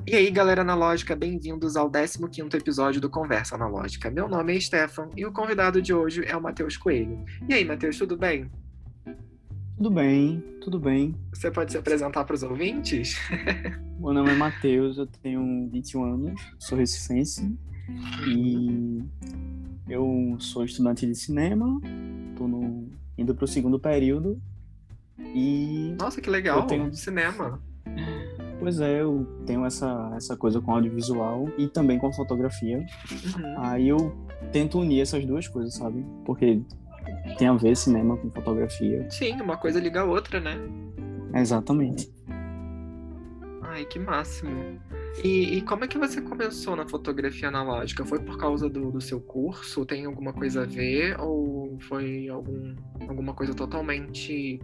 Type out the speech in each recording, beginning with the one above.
E aí, galera analógica, bem-vindos ao 15º episódio do Conversa Analógica. Meu nome é Stefan e o convidado de hoje é o Matheus Coelho. E aí, Matheus, tudo bem? Tudo bem, tudo bem. Você pode se apresentar para os ouvintes? Meu nome é Matheus, eu tenho 21 anos, sou recifense e eu sou estudante de cinema, indo para o segundo período e Nossa, que eu legal! tenho, Cinema. eu tenho essa coisa com audiovisual e também com fotografia. Uhum. Aí eu tento unir essas duas coisas, sabe? Porque tem a ver cinema com fotografia. Sim, uma coisa liga a outra, né? Exatamente. Ai, que máximo. E como é que você começou na fotografia analógica? Foi por causa do seu curso? Tem alguma coisa a ver? Ou foi alguma coisa totalmente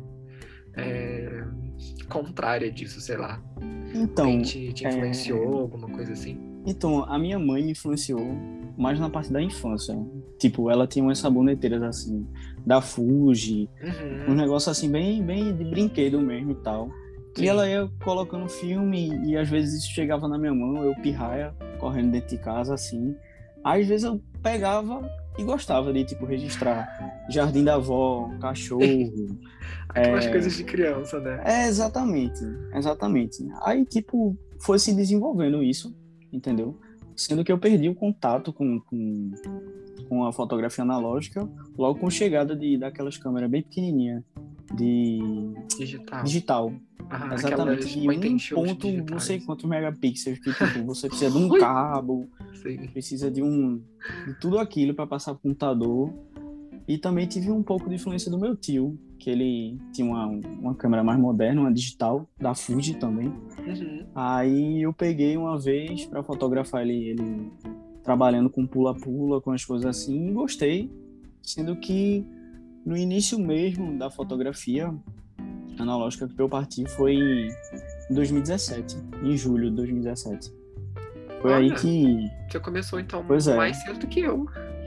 contrária disso, sei lá? Alguém Então, te influenciou, alguma coisa assim? Então, a minha mãe me influenciou mais na parte da infância. Tipo, ela tinha umas saboneteiras assim, da Fuji, um Uhum, negócio assim, bem de brinquedo mesmo e tal. E ela sim. ia colocando filme e às vezes isso chegava na minha mão, eu pirraia, correndo dentro de casa assim. Às vezes eu pegava e gostava de, tipo, registrar jardim da avó, cachorro. Aquelas É, coisas de criança, né? exatamente. Aí, tipo, foi se desenvolvendo isso, entendeu? Sendo que eu perdi o contato com a fotografia analógica logo com a chegada daquelas câmeras bem pequenininhas de Digital. digital. Ah, Exatamente, aquelas de point and um shoot ponto, não sei digitais. quantos megapixels, que tipo, você precisa de um Ui! cabo, Sim. precisa de tudo aquilo para passar pro computador. E também tive um pouco de influência do meu tio, que ele tinha uma câmera mais moderna, uma digital, da Fuji também. Uhum. Aí eu peguei uma vez para fotografar ele trabalhando com pula-pula, com as coisas assim, e gostei. Sendo que no início mesmo da fotografia analógica que eu parti foi em 2017, em julho de 2017. Foi aí Olha, que, você começou então pois é, mais cedo do que eu.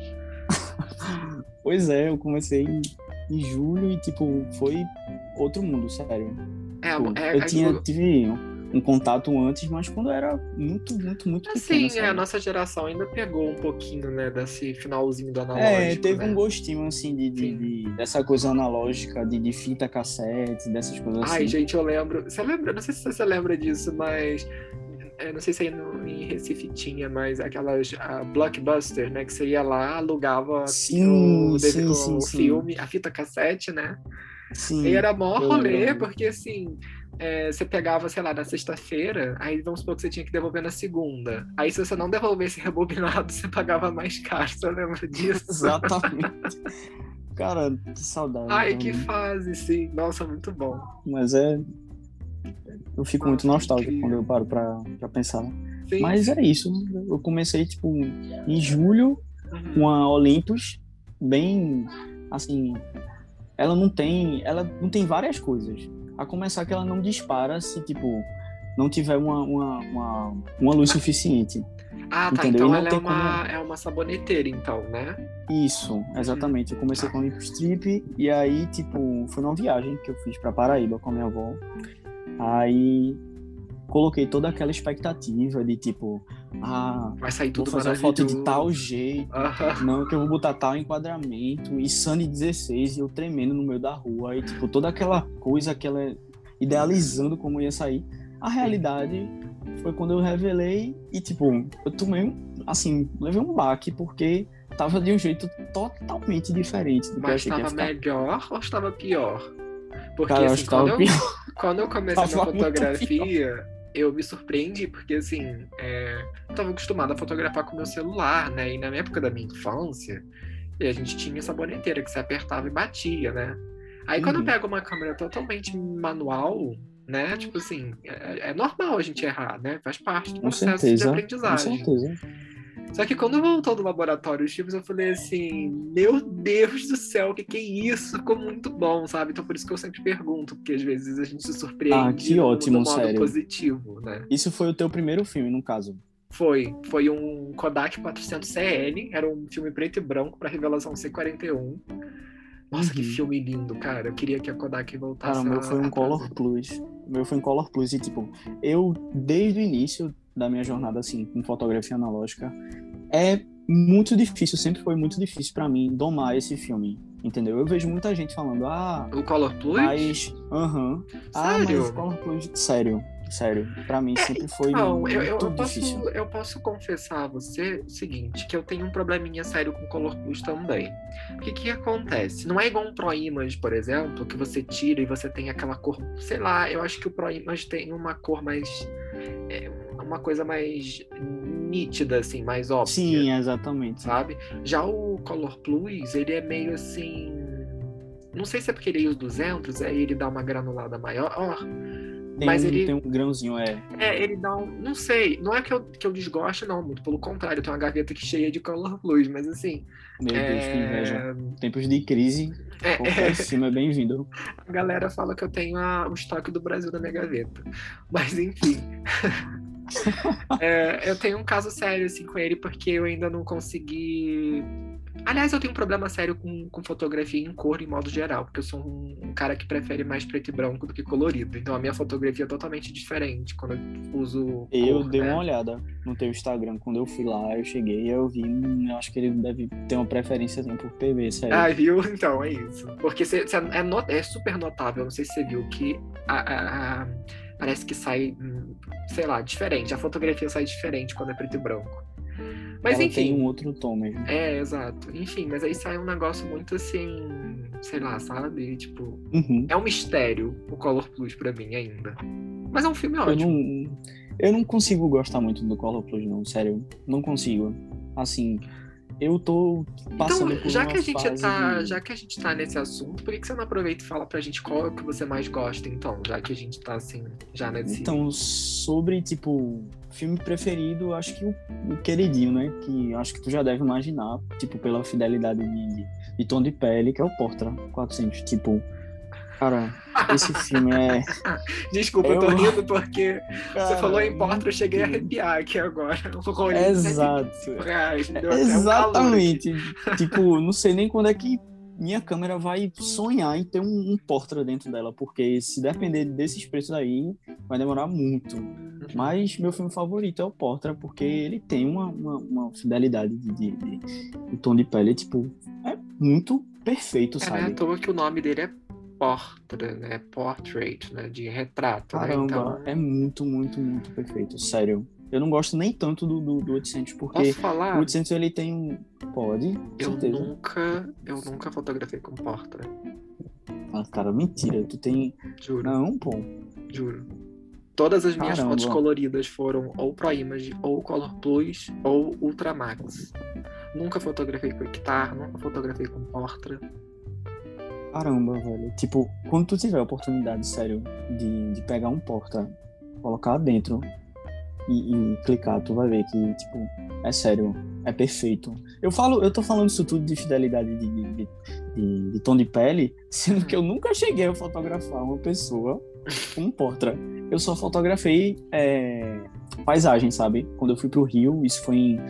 eu comecei em julho e, tipo, foi outro mundo, sério. É, Tipo, é, eu é, tive um contato antes, mas quando eu era muito pequeno, assim, a sabe? nossa geração ainda pegou um pouquinho, né, desse finalzinho do analógico, Teve um né? gostinho, assim, Sim. dessa coisa analógica, de fita cassete, dessas coisas Ai, assim. gente, eu lembro. Você lembra? Não sei se você lembra disso, mas não sei se aí em Recife tinha, mas aquelas Blockbuster, né? Que você ia lá, alugava Sim, sim, sim, o sim. filme, a fita cassete, né? E Sim, era mó eu lembro, eu rolê, lembro. porque assim, você pegava, sei lá, na sexta-feira, aí vamos supor que você tinha que devolver na segunda. Aí se você não devolvesse rebobinado, você pagava mais caro, você lembra disso? Exatamente. Cara, que saudade Ai, que também. fase, sim. Nossa, muito bom. Mas eu fico muito Nossa, que nostálgico quando eu incrível. paro pra pensar. Sim, Mas é sim. isso. Eu comecei, tipo, em julho, com Uhum. a Olympus, bem, assim, ela não tem várias coisas. A começar que ela não dispara se, tipo, não tiver uma luz suficiente, Ah, tá. entendeu? E Então não ela tem como... é uma saboneteira, então, né? Isso, Uhum. exatamente. Eu comecei Tá. com a Olympus Trip e aí, tipo, foi numa viagem que eu fiz pra Paraíba com a minha avó. Aí coloquei toda aquela expectativa de tipo, Vai sair vou tudo fazer uma foto de tal maravilhoso. jeito, Aham. não, que eu vou botar tal enquadramento, e Sunny 16 e eu tremendo no meio da rua, e tipo, toda aquela coisa, aquela idealizando como ia sair. A Sim. realidade foi quando eu revelei e tipo, eu tomei assim, levei um baque porque tava de um jeito totalmente diferente do que eu Mas achei que ia estava ficar. melhor ou estava pior? Porque, Cara, eu assim, acho que tava pior, quando eu comecei na tava muito pior. fotografia, eu me surpreendi, porque, assim, eu estava acostumado a fotografar com meu celular, né? E na época da minha infância, a gente tinha saboneteira que você apertava e batia, né? Aí, quando eu Uhum. pego uma câmera totalmente manual, né? Tipo assim, é normal a gente errar, né? Faz parte do processo de Com aprendizagem. certeza. Só que quando voltou do laboratório os tipos, eu falei assim, meu Deus do céu, o que que é isso? Ficou muito bom, sabe? Então por isso que eu sempre pergunto, porque às vezes a gente se Ah, surpreende que no ótimo, modo sério. positivo, né? Isso foi o teu primeiro filme, no caso. Foi um Kodak 400 CL, era um filme preto e branco para revelação C41. Nossa, que Uhum. filme lindo, cara. Eu queria que a Kodak Cara, o voltasse meu foi um a Color trazer. Plus. O meu foi um Color Plus e, tipo, eu, desde o início, da minha jornada, assim, com fotografia analógica, é muito difícil, sempre foi muito difícil pra mim domar esse filme, entendeu? Eu vejo muita gente falando, O Color Plus? mas... mas Sério? Color Plus... Sério. Pra mim sempre foi Então, muito difícil. eu posso confessar a você o seguinte, que eu tenho um probleminha sério com Color Plus também. O que que acontece? Não é igual um Pro Image, por exemplo, que você tira e você tem aquela cor, sei lá, eu acho que o Pro Image tem uma cor mais, uma coisa mais nítida, assim, mais óbvia, Sim, exatamente. sabe? Já o Color Plus, ele é meio assim, não sei se é porque ele é os 200, aí ele dá uma granulada maior, mas ele Tem um grãozinho, ele dá um. Não sei, não é que eu desgoste, não, muito pelo contrário, eu tenho uma gaveta aqui cheia de Color Plus, mas assim. Meu Deus, que inveja. É, Tempos de crise, qualquer filme é bem-vindo. a galera fala que eu tenho o estoque do Brasil na minha gaveta. Mas enfim. Eu tenho um caso sério assim, com ele, porque eu ainda não consegui. Aliás, eu tenho um problema sério com fotografia em cor, em modo geral, porque eu sou um cara que prefere mais preto e branco do que colorido. Então a minha fotografia é totalmente diferente quando eu uso Eu cor, dei né? uma olhada no teu Instagram. Quando eu fui lá, eu cheguei e eu vi. Eu acho que ele deve ter uma preferência assim, por PV, sério. Ah, viu? Então, é isso. Porque é super notável, não sei se você viu, que parece que sai, sei lá, diferente. A fotografia sai diferente quando é preto e branco. Mas Ela tem um enfim, outro tom mesmo. exato. Enfim, mas aí sai um negócio muito assim, sei lá, sabe? Tipo, Uhum. é um mistério o Color Plus pra mim ainda. Mas é um filme Eu ótimo. eu não consigo gostar muito do Color Plus, não, sério. Não consigo. Assim, eu tô passando Então, por uma fase de... já que a gente tá nesse assunto, por que que você não aproveita e fala pra gente qual é o que você mais gosta, então? Já que a gente tá assim, já nesse. Então, sobre, tipo, filme preferido, acho que o queridinho, né? Que acho que tu já deve imaginar, tipo, pela fidelidade de tom de pele, que é o Portra 400. Tipo, cara, esse filme é... Desculpa, eu tô Eu, rindo porque você falou cara, em Portra, eu cheguei a muito... arrepiar aqui agora. Um rolinho de Exato. R$ 125, me deu até um calor aqui. Exatamente. Tipo, não sei nem quando é que minha câmera vai sonhar em ter um Portra dentro dela, porque se depender desses preços aí, vai demorar muito. Mas meu filme favorito é o Portra, porque ele tem uma fidelidade de tom de pele, tipo, é muito perfeito, Não é à sabe? toa que o nome dele é Portra, né? Portrait, né? De retrato, né? Caramba, Então, é muito perfeito, sério. Eu não gosto nem tanto do 800, porque posso o falar? 800 ele tem um... Pode, com certeza. Eu nunca fotografei com Portra. Ah, cara, mentira, tu tem... Juro, Não, pô. juro. Todas as minhas fotos Caramba. coloridas foram ou Pro Image, ou Color Plus, ou Ultramax. Nunca fotografei com Hectar, nunca fotografei com Portra. Caramba, velho. Tipo, quando tu tiver a oportunidade, sério, de pegar um porta, colocar dentro e clicar, tu vai ver que, tipo, é sério, é perfeito. Eu tô falando isso tudo de fidelidade de tom de pele, sendo que eu nunca cheguei a fotografar uma pessoa com um portra. Eu só fotografei paisagem, sabe? Quando eu fui pro Rio, isso foi em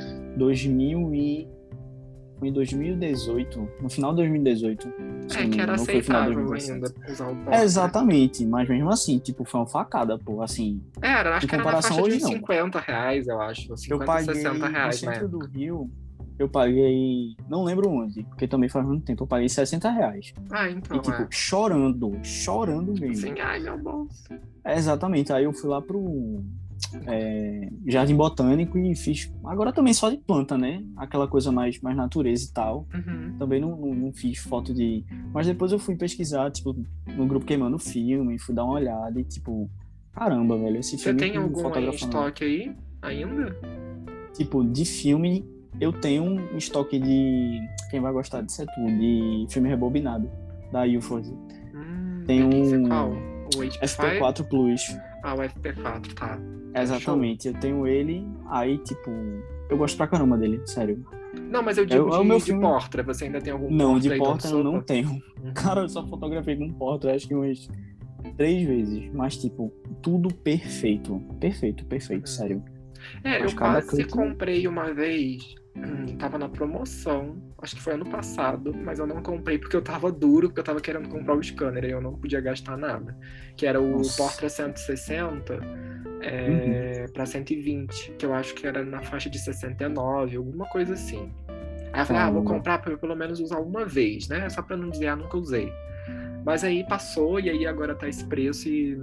2018, no final de 2018. Que era Não foi final de aceitável 2017. ainda usar o Portra. Exatamente, mas mesmo assim, tipo, foi uma facada, pô, assim, Acho em que era na comparação faixa de hoje uns não. R$ 50, eu acho. Eu 50, paguei R$ 60 no na centro do época. Rio, eu paguei, não lembro onde, porque também faz muito tempo, eu paguei R$ 60. Então, E, tipo, chorando mesmo. Sim, ai, meu bolso. Exatamente, aí eu fui lá pro Jardim Botânico e fiz, agora também só de planta, né? Aquela coisa mais natureza e tal. Uhum. Também não fiz foto de... Mas depois eu fui pesquisar, tipo, no grupo Queimando Filme, fui dar uma olhada e, tipo, caramba, velho, esse Você filme tem com algum aí em fotografando. estoque aí ainda? Tipo, de filme, eu tenho um estoque de... Quem vai gostar disso é tu, de filme rebobinado, da UFOS. Tem Delícia, um qual? O HP5? FP4 Plus. O FP4, tá. Exatamente, eu tenho ele, aí, tipo, eu gosto pra caramba dele, sério. Não, mas eu digo É o meu de filme... Portra. Você ainda tem algum Não, Portra de aí dando porta eu não sopa? tenho. Cara, eu só fotografei com porta, acho que umas 3 vezes. Mas, tipo, tudo perfeito. Perfeito, sério. Eu Mas cada quase clique... comprei uma vez Tava na promoção, acho que foi ano passado, mas eu não comprei porque eu tava duro, porque eu tava querendo comprar o scanner e eu não podia gastar nada. Que era o Nossa. Portra 160 Uhum. para 120, que eu acho que era na faixa de 69, alguma coisa assim. Aí eu falei, vou Caramba. comprar pra eu pelo menos usar uma vez, né? Só pra não dizer, nunca usei. Mas aí passou e aí agora tá esse preço e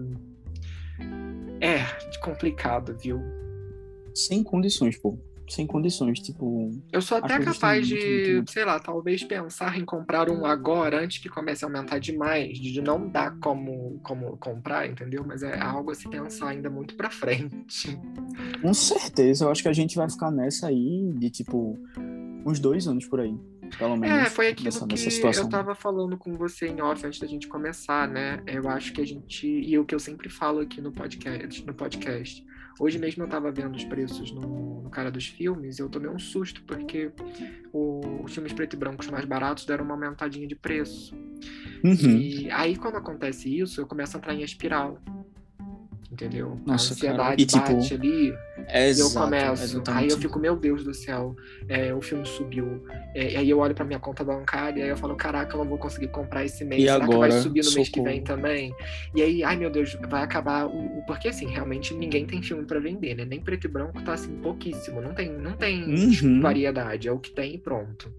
é complicado, viu? Sem condições, pô. Sem condições, tipo, Eu sou as até coisas estão capaz muito, muito, de, muito. sei lá, talvez pensar em comprar um agora antes que comece a aumentar demais, de não dar como comprar, entendeu? Mas é algo a se pensar ainda muito pra frente. Com certeza, eu acho que a gente vai ficar nessa aí de, tipo, uns 2 anos por aí. Pelo menos, Foi aquilo nessa que eu situação. tava falando com você em off antes da gente começar, né? Eu acho que a gente, e o que eu sempre falo aqui no podcast. Hoje mesmo eu tava vendo os preços no cara dos filmes e eu tomei um susto, porque os filmes preto e brancos mais baratos deram uma aumentadinha de preço. Uhum. E aí, quando acontece isso, eu começo a entrar em espiral, entendeu? A Nossa, cara. ansiedade E, tipo, bate ali é e eu exato, é começo. Aí eu exatamente. fico, meu Deus do céu, o filme subiu. Aí eu olho pra minha conta bancária e aí eu falo, caraca, eu não vou conseguir comprar esse E mês. Será que vai agora, subir no mês que vem socorro. também? E aí, ai meu Deus, vai acabar Porque assim, realmente ninguém tem filme pra vender, né? Nem preto e branco tá assim, pouquíssimo. Não tem Uhum. variedade, é o que tem e pronto.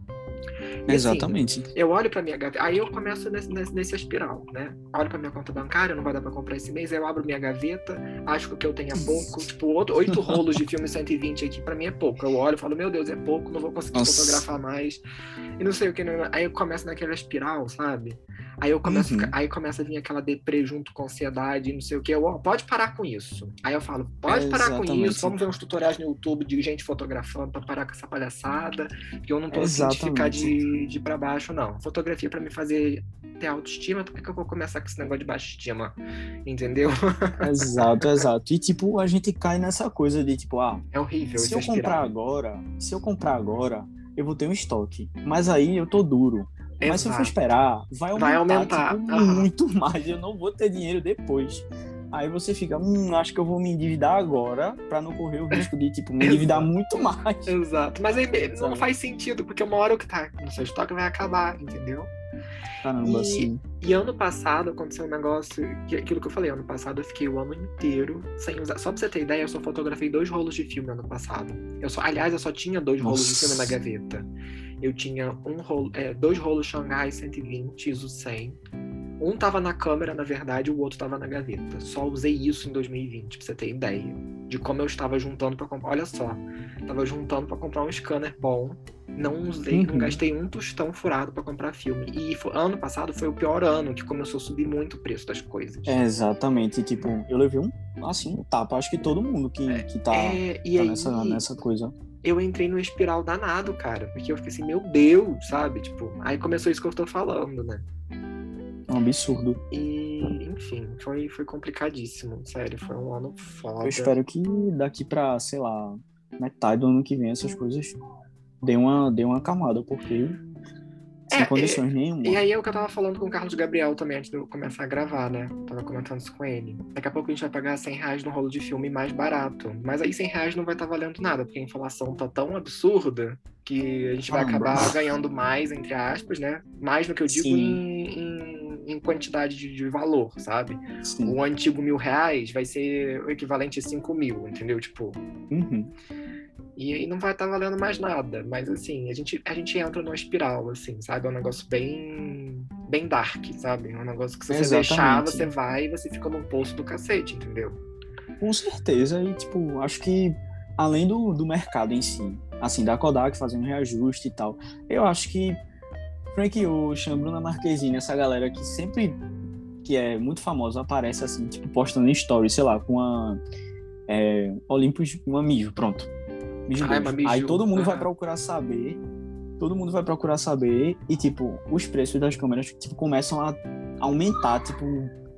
E assim, Exatamente. eu olho pra minha gaveta, aí eu começo nesse espiral, né? Olho pra minha conta bancária, não vai dar pra comprar esse mês, aí eu abro minha gaveta, acho que o que eu tenho é pouco, tipo, 8 rolos de filme 120 aqui, pra mim é pouco. Eu olho e falo, meu Deus, é pouco, não vou conseguir Nossa. fotografar mais. E não sei o que, aí eu começo naquela espiral, sabe? Aí eu começo a ficar, Uhum. aí começa a vir aquela deprê junto com ansiedade, não sei o que. Pode parar com isso. Aí eu falo, pode parar com isso, Exatamente. vamos ver uns tutoriais no YouTube de gente fotografando pra parar com essa palhaçada, que eu não tô afim de ficar Exatamente. de pra baixo, não. Fotografia pra me fazer ter autoestima, por que eu vou começar com esse negócio de baixa estima? Entendeu? Exato, exato. E, tipo, a gente cai nessa coisa de, tipo, É horrível se essa eu comprar espiral. agora, se eu comprar agora, eu vou ter um estoque. Mas aí eu tô duro. Mas se eu for Exato. esperar, vai Vai aumentar, tipo, aumentar. Aham. muito mais. Eu não vou ter dinheiro depois. Aí você fica, acho que eu vou me endividar agora pra não correr o risco de, tipo, me endividar Exato. muito mais. Exato. Mas aí não Sabe? faz sentido, porque uma hora o que tá no seu estoque vai acabar, entendeu? Caramba, E, assim. e ano passado aconteceu um negócio, aquilo que eu falei, ano passado eu fiquei o ano inteiro sem usar. Só pra você ter ideia, eu só fotografei 2 rolos de filme ano passado. Aliás, eu só tinha 2 rolos de filme na Nossa. gaveta. Eu tinha 2 rolos Shanghai 120 ISO 100. Um tava na câmera, na verdade, o outro tava na gaveta. Só usei isso em 2020, pra você ter ideia. De como eu estava juntando pra comprar. Olha só, tava juntando pra comprar um scanner bom. Não usei, não Uhum. gastei um tostão furado pra comprar filme. E ano passado foi o pior ano, que começou a subir muito o preço das coisas. Exatamente. Tipo, eu levei um tapa. Acho que todo mundo que E tá nessa, aí nessa coisa. eu entrei num espiral danado, cara. Porque eu fiquei assim, meu Deus, sabe? Tipo, aí começou isso que eu tô falando, né? É um absurdo. E, enfim, foi complicadíssimo. Sério, foi um ano Eu foda. espero que daqui pra, sei lá, metade do ano que vem essas coisas dê uma acalmada, porque sem É, condições e nenhuma. aí é o que eu tava falando com o Carlos Gabriel também antes de eu começar a gravar, né? Tava comentando isso com ele. Daqui a pouco a gente vai pagar R$ 100 no rolo de filme mais barato. Mas aí R$ 100 não vai estar valendo nada, porque a inflação tá tão absurda que a gente vai Caramba. acabar ganhando mais, entre aspas, né? Mais no que eu digo Sim, em quantidade de valor, sabe? O sim. antigo R$ 1.000 vai ser o equivalente a 5.000, entendeu? Tipo, Uhum. e aí não vai estar valendo mais nada. Mas assim, a gente entra numa espiral, assim, sabe? É um negócio bem dark, sabe? É um negócio que se você deixar, você Exatamente. vai e você fica num poço do cacete, entendeu? Com certeza. E, tipo, acho que além do mercado em si, assim, da Kodak fazendo reajuste e tal, eu acho que Frank Ocean, Bruna Marquezine, essa galera que sempre que é muito famosa aparece assim, tipo, postando em stories, sei lá, com a Olympus, uma Mijo, pronto. Mijo Ai, 2. Aí Mamiju. Aham. todo mundo vai procurar saber e, tipo, os preços das câmeras, tipo, começam a aumentar, tipo,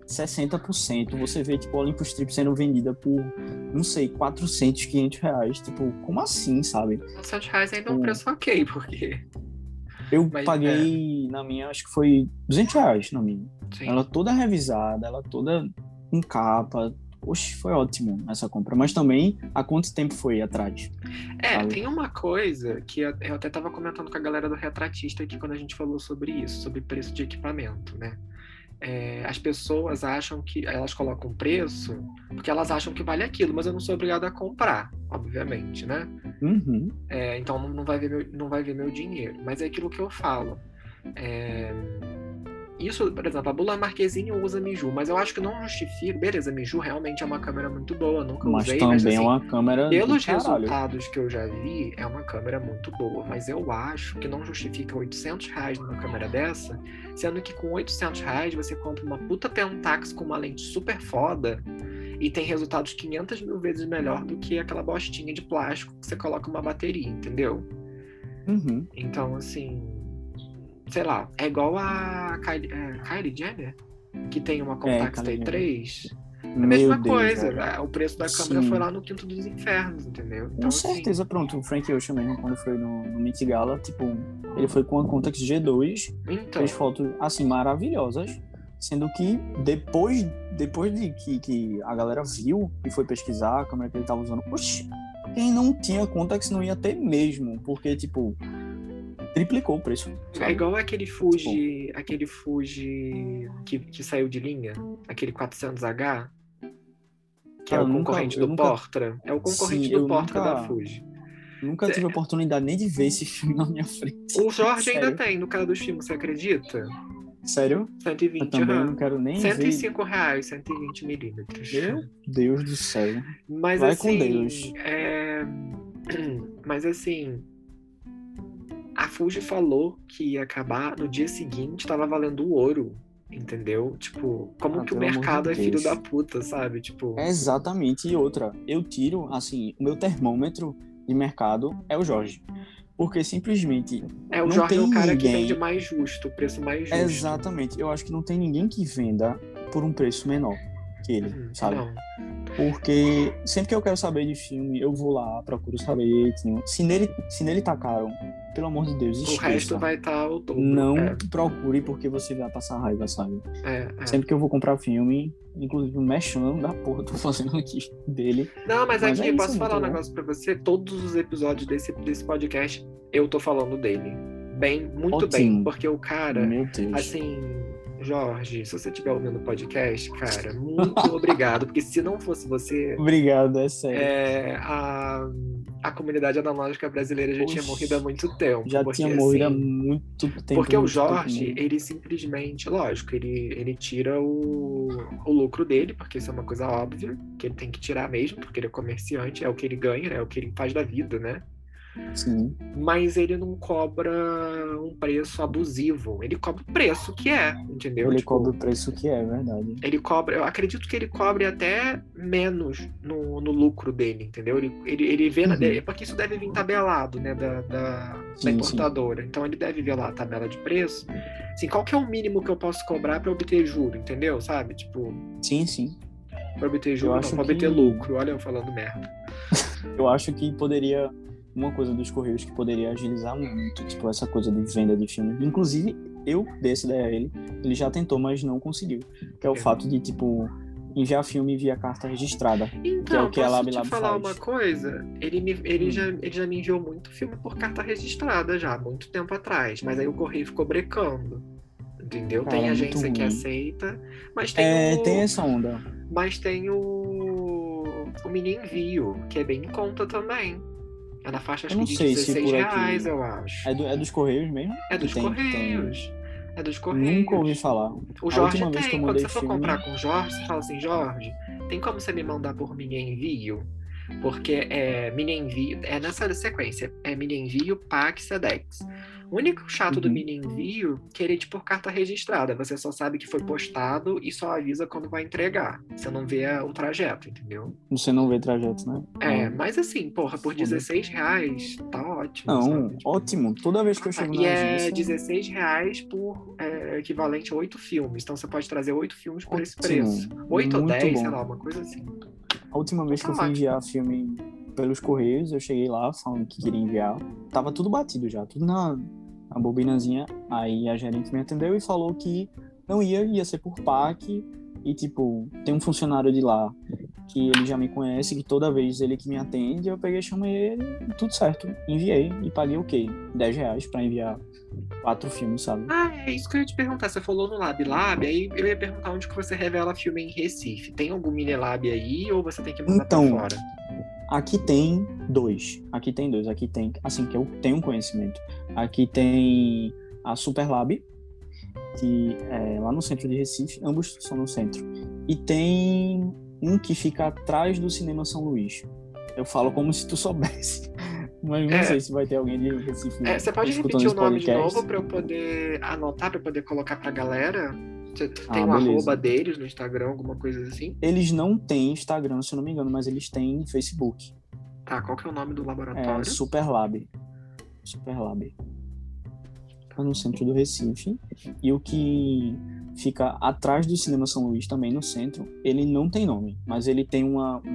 60%. Você vê, tipo, a Olympus Trip sendo vendida por, não sei, 400, R$ 500. Tipo, como assim, sabe? R$ 400 ainda é um Tipo, preço ok, porque. eu Mas, paguei na minha, acho que foi R$ 200 na minha. Ela sim. toda revisada, ela toda com capa, poxa, foi ótimo essa compra. Mas também, há quanto tempo foi atrás? Sabe? Tem uma coisa que eu até tava comentando com a galera do Retratista aqui quando a gente falou sobre isso, sobre preço de equipamento, né? As pessoas acham que elas colocam preço porque elas acham que vale aquilo, mas eu não sou obrigado a comprar, obviamente, né? Uhum. Então não vai ver meu dinheiro. Mas é aquilo que eu falo. Isso, por exemplo, a Bula Marquezine usa Miju, mas eu acho que não justifica. Beleza, Miju realmente é uma câmera muito boa, nunca Mas usei, também mas é assim, uma câmera do pelos caralho. resultados que eu já vi, é uma câmera muito boa. Mas eu acho que não justifica R$ 800 numa câmera dessa, sendo que com R$ 800 você compra uma puta Pentax com uma lente super foda e tem resultados 500 mil vezes melhor do que aquela bostinha de plástico que você coloca uma bateria, entendeu? Uhum. Então, assim, sei lá, é igual a Kylie Jenner, que tem uma Contax Kylie T3. A Meu mesma Deus, coisa, velho. o preço da câmera foi Sim. lá no quinto dos infernos, entendeu? Então, Com certeza, pronto. O Frank Ocean mesmo, quando foi no Met Gala, tipo, ele foi com a Contax G2, então, fez fotos, assim, maravilhosas, sendo que depois de que a galera viu e foi pesquisar a câmera que ele tava usando, poxa, quem não tinha Contax não ia ter mesmo, porque, tipo, triplicou o preço, é sabe? igual aquele Fuji que saiu de linha, aquele 400H, que é Cara, o concorrente do Portra. É o concorrente sim, do eu Portra da Fuji. nunca tive a oportunidade nem de ver esse filme na minha frente. O Jorge ainda Sério. tem no cara dos filmes, você acredita? Sério? Eu 120, também aham. não quero nem ver. R$ 105, 120 milímetros. Meu Deus do céu. Mas Vai com assim, Deus. mas assim, a Fuji falou que ia acabar no dia seguinte, tava valendo ouro, entendeu? Tipo, como que o Pelo amor de mercado é filho Deus. da puta, sabe? Tipo, Exatamente. E outra, eu tiro, assim, o meu termômetro de mercado é o Jorge. Porque simplesmente o não Jorge é tem o cara que vende ninguém. mais justo, o preço mais justo. Exatamente. Eu acho que não tem ninguém que venda por um preço menor que ele, sabe? Não. Porque sempre que eu quero saber de filme, eu vou lá, procuro saber direitinho. Se nele tá caro, pelo amor de Deus, O esqueça. resto vai estar o dobro. Não procure porque você vai passar raiva, sabe? É. Sempre que eu vou comprar filme, inclusive o mexendo da porra, tô fazendo aqui dele. Não, mas aqui, é isso, posso é falar um muito bom. negócio pra você? Todos os episódios desse podcast, eu tô falando dele. Muito Ótimo. bem, porque o cara, Meu Deus. assim, Jorge, se você estiver ouvindo o podcast, cara, muito obrigado, porque se não fosse você, Obrigado, é sério. a comunidade analógica brasileira já tinha morrido há muito tempo. Já porque, tinha morrido há assim, muito tempo. porque o muito tempo Jorge, mesmo. ele simplesmente, lógico, ele tira o lucro dele, porque isso é uma coisa óbvia, que ele tem que tirar mesmo, porque ele é comerciante, é o que ele ganha, né? É o que ele faz da vida, né? Sim. Mas ele não cobra um preço abusivo. Ele cobra o preço que é, entendeu? Ele Tipo, cobra o preço que é, verdade. ele cobra, eu acredito que ele cobre até menos no lucro dele, entendeu? Ele vê, porque isso deve vir tabelado, né, da importadora. Então ele deve ver lá a tabela de preço. Assim, qual que é o mínimo que eu posso cobrar para obter juro, entendeu? Sabe? Tipo, Sim. para obter juro, não, para obter lucro. Olha eu falando merda. Eu acho que poderia, uma coisa dos Correios que poderia agilizar muito, tipo, essa coisa de venda de filme. Inclusive, eu dei essa ideia a ele já tentou, mas não conseguiu. Que é o fato de, tipo, enviar filme via carta registrada. Então, que é o que a posso LabLab te falar faz. uma coisa? Ele já me enviou muito filme por carta registrada já, há muito tempo atrás. Mas aí o Correio ficou brecando. Entendeu? Cara, tem muito agência que ruim. aceita, mas tem tem essa onda. Mas tem o mini envio, que é bem em conta também. É na faixa, acho que de R$16, eu acho. É dos Correios mesmo? É dos Correios. É dos Correios. Nunca ouvi falar. O Jorge tem. Quando você for comprar com o Jorge, você fala assim, Jorge, tem como você me mandar por mini envio? Porque mini envio, é nessa sequência, é mini envio, PAC, SEDEX. O único chato do mini envio é que ele é por carta registrada. Você só sabe que foi postado e só avisa quando vai entregar. Você não vê o trajeto, entendeu? Você não vê trajeto, né? Mas assim, porra, por R$16 tá ótimo. Não, sabe? Tipo, ótimo. Toda vez que eu chego na agência... E é R$16 por equivalente a 8 filmes. Então você pode trazer 8 filmes por esse preço. 8 ou 10, sei lá, uma coisa assim. A última vez que eu fui enviar filme pelos Correios, eu cheguei lá falando que queria enviar. Tava tudo batido já, tudo na bobinazinha. Aí a gerente me atendeu e falou que não ia ser por PAC. E, tipo, tem um funcionário de lá que ele já me conhece, que toda vez ele que me atende, eu peguei, chamei ele, tudo certo, enviei e paguei o quê? R$ 10 pra enviar 4 filmes, sabe? Ah, é isso que eu ia te perguntar. Você falou no Lab Lab, aí eu ia perguntar onde que você revela filme em Recife. Tem algum mini lab aí ou você tem que mandar pra Então, fora? aqui tem dois. Aqui tem, assim, que eu tenho conhecimento. Aqui tem a Super Lab, que é lá no centro de Recife, ambos são no centro. E tem um que fica atrás do Cinema São Luís. Eu falo como se tu soubesse, mas não sei se vai ter alguém de Recife Você pode escutando repetir o esse nome de podcast. novo pra eu poder anotar, pra eu poder colocar pra galera? Você tem um beleza. arroba deles no Instagram, alguma coisa assim? Eles não têm Instagram, se eu não me engano, mas eles têm Facebook. Tá, qual que é o nome do laboratório? Super Lab. Tá no centro do Recife. E o que fica atrás do Cinema São Luís, também no centro, ele não tem nome, mas ele tem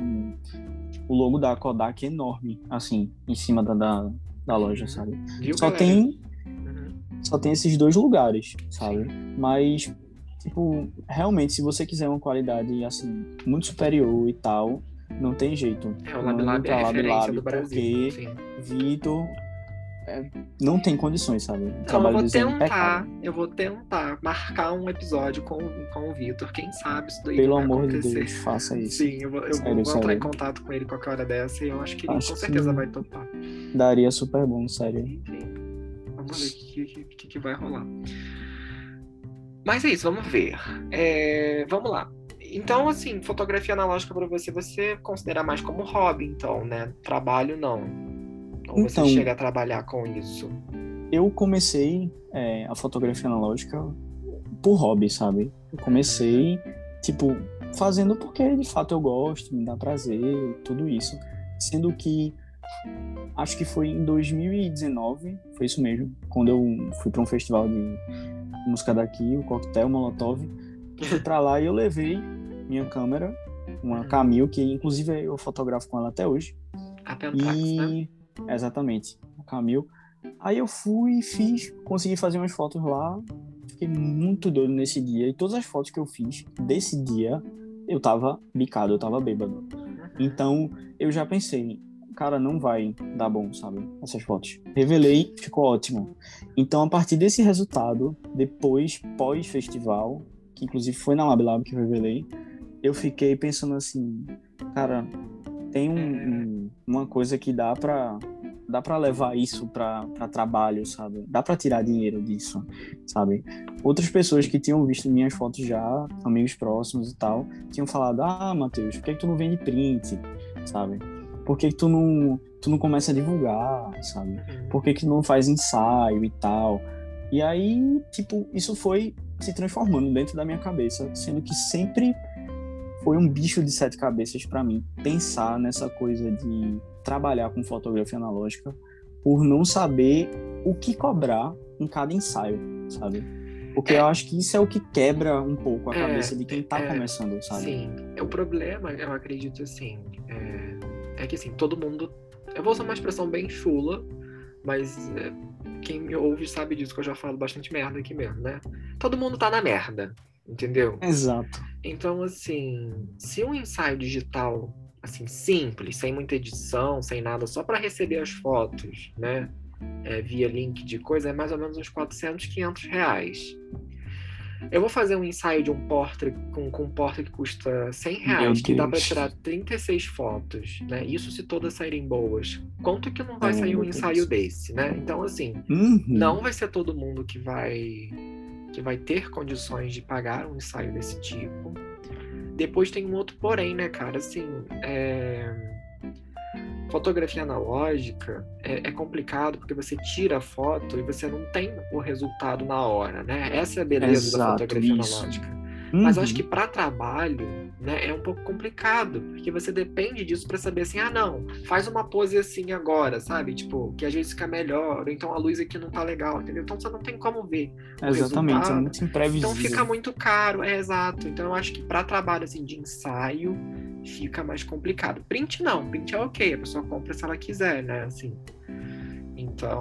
o logo da Kodak enorme, assim, em cima da loja, sabe? Viu, Só galera? só tem esses dois lugares, sabe? Mas, tipo, realmente, se você quiser uma qualidade, assim, muito superior e tal, não tem jeito. O Lab Lab é a referência do Brasil. Porque Sim. Vitor não tem condições, sabe? O Não, trabalho deles é impecável. eu vou tentar marcar um episódio com o Vitor. Quem sabe isso daí Pelo vai amor acontecer. de Deus, faça isso. Sim, eu vou entrar em contato com ele qualquer hora dessa e eu acho que ele com certeza vai topar. Daria super bom, sério. Enfim, vamos ver o que vai rolar. Mas é isso, vamos ver. Vamos lá. Então, assim, fotografia analógica pra você considera mais como hobby, então, né? Trabalho, não. Ou você chega a trabalhar com isso? Eu comecei a fotografia analógica por hobby, sabe? Eu comecei, tipo, fazendo porque, de fato, eu gosto, me dá prazer, tudo isso. Sendo que, acho que foi em 2019, foi isso mesmo, quando eu fui para um festival de música daqui, o Coquetel Molotov. Eu fui pra lá e eu levei minha câmera, uma Camil, que inclusive eu fotografo com ela até hoje. A Pentax, né? Exatamente, a Camil. Aí eu fui e consegui fazer umas fotos lá, fiquei muito doido nesse dia, e todas as fotos que eu fiz desse dia, eu tava bicado, eu tava bêbado. Então, eu já pensei, cara, não vai dar bom, sabe, essas fotos. Revelei, ficou ótimo. Então, a partir desse resultado, depois, pós-festival, que inclusive foi na Lab Lab que eu revelei, eu fiquei pensando assim, cara, tem uma coisa que dá pra levar isso pra trabalho, sabe? Dá pra tirar dinheiro disso, sabe? Outras pessoas que tinham visto minhas fotos já, amigos próximos e tal, tinham falado, Matheus, por que tu não vende print, sabe? Por que tu não começa a divulgar, sabe? Por que tu não faz ensaio e tal? E aí, tipo, isso foi se transformando dentro da minha cabeça, sendo que sempre foi um bicho de 7 cabeças para mim pensar nessa coisa de trabalhar com fotografia analógica por não saber o que cobrar em cada ensaio, sabe? Porque eu acho que isso é o que quebra um pouco a cabeça de quem tá começando, sabe? Sim, o problema, eu acredito assim, é que assim, todo mundo... Eu vou usar uma expressão bem chula, mas quem me ouve sabe disso, que eu já falo bastante merda aqui mesmo, né? Todo mundo tá na merda, entendeu? Exato. Então, assim, se um ensaio digital, assim, simples, sem muita edição, sem nada, só para receber as fotos, né, via link de coisa, é mais ou menos uns 400, 500 reais. Eu vou fazer um ensaio de um portrait com um portrait que custa 100 reais, que dá para tirar 36 fotos, né? Isso se todas saírem boas. Quanto que não vai sair um ensaio desse, né? Então, assim, não vai ser todo mundo que vai ter condições de pagar um ensaio desse tipo. Depois tem um outro porém, né, cara? Assim, fotografia analógica é complicado porque você tira a foto e você não tem o resultado na hora, né? Essa é a beleza da fotografia analógica. Mas eu acho que para trabalho, né, é um pouco complicado, porque você depende disso para saber assim, não, faz uma pose assim agora, sabe? Tipo, que às vezes fica melhor, ou então a luz aqui não tá legal, entendeu? Então você não tem como ver o Exatamente, resultado. é muito imprevisível. Então fica muito caro, exato. Então eu acho que para trabalho assim de ensaio fica mais complicado. Print não, print é ok, a pessoa compra se ela quiser, né? Assim. Então,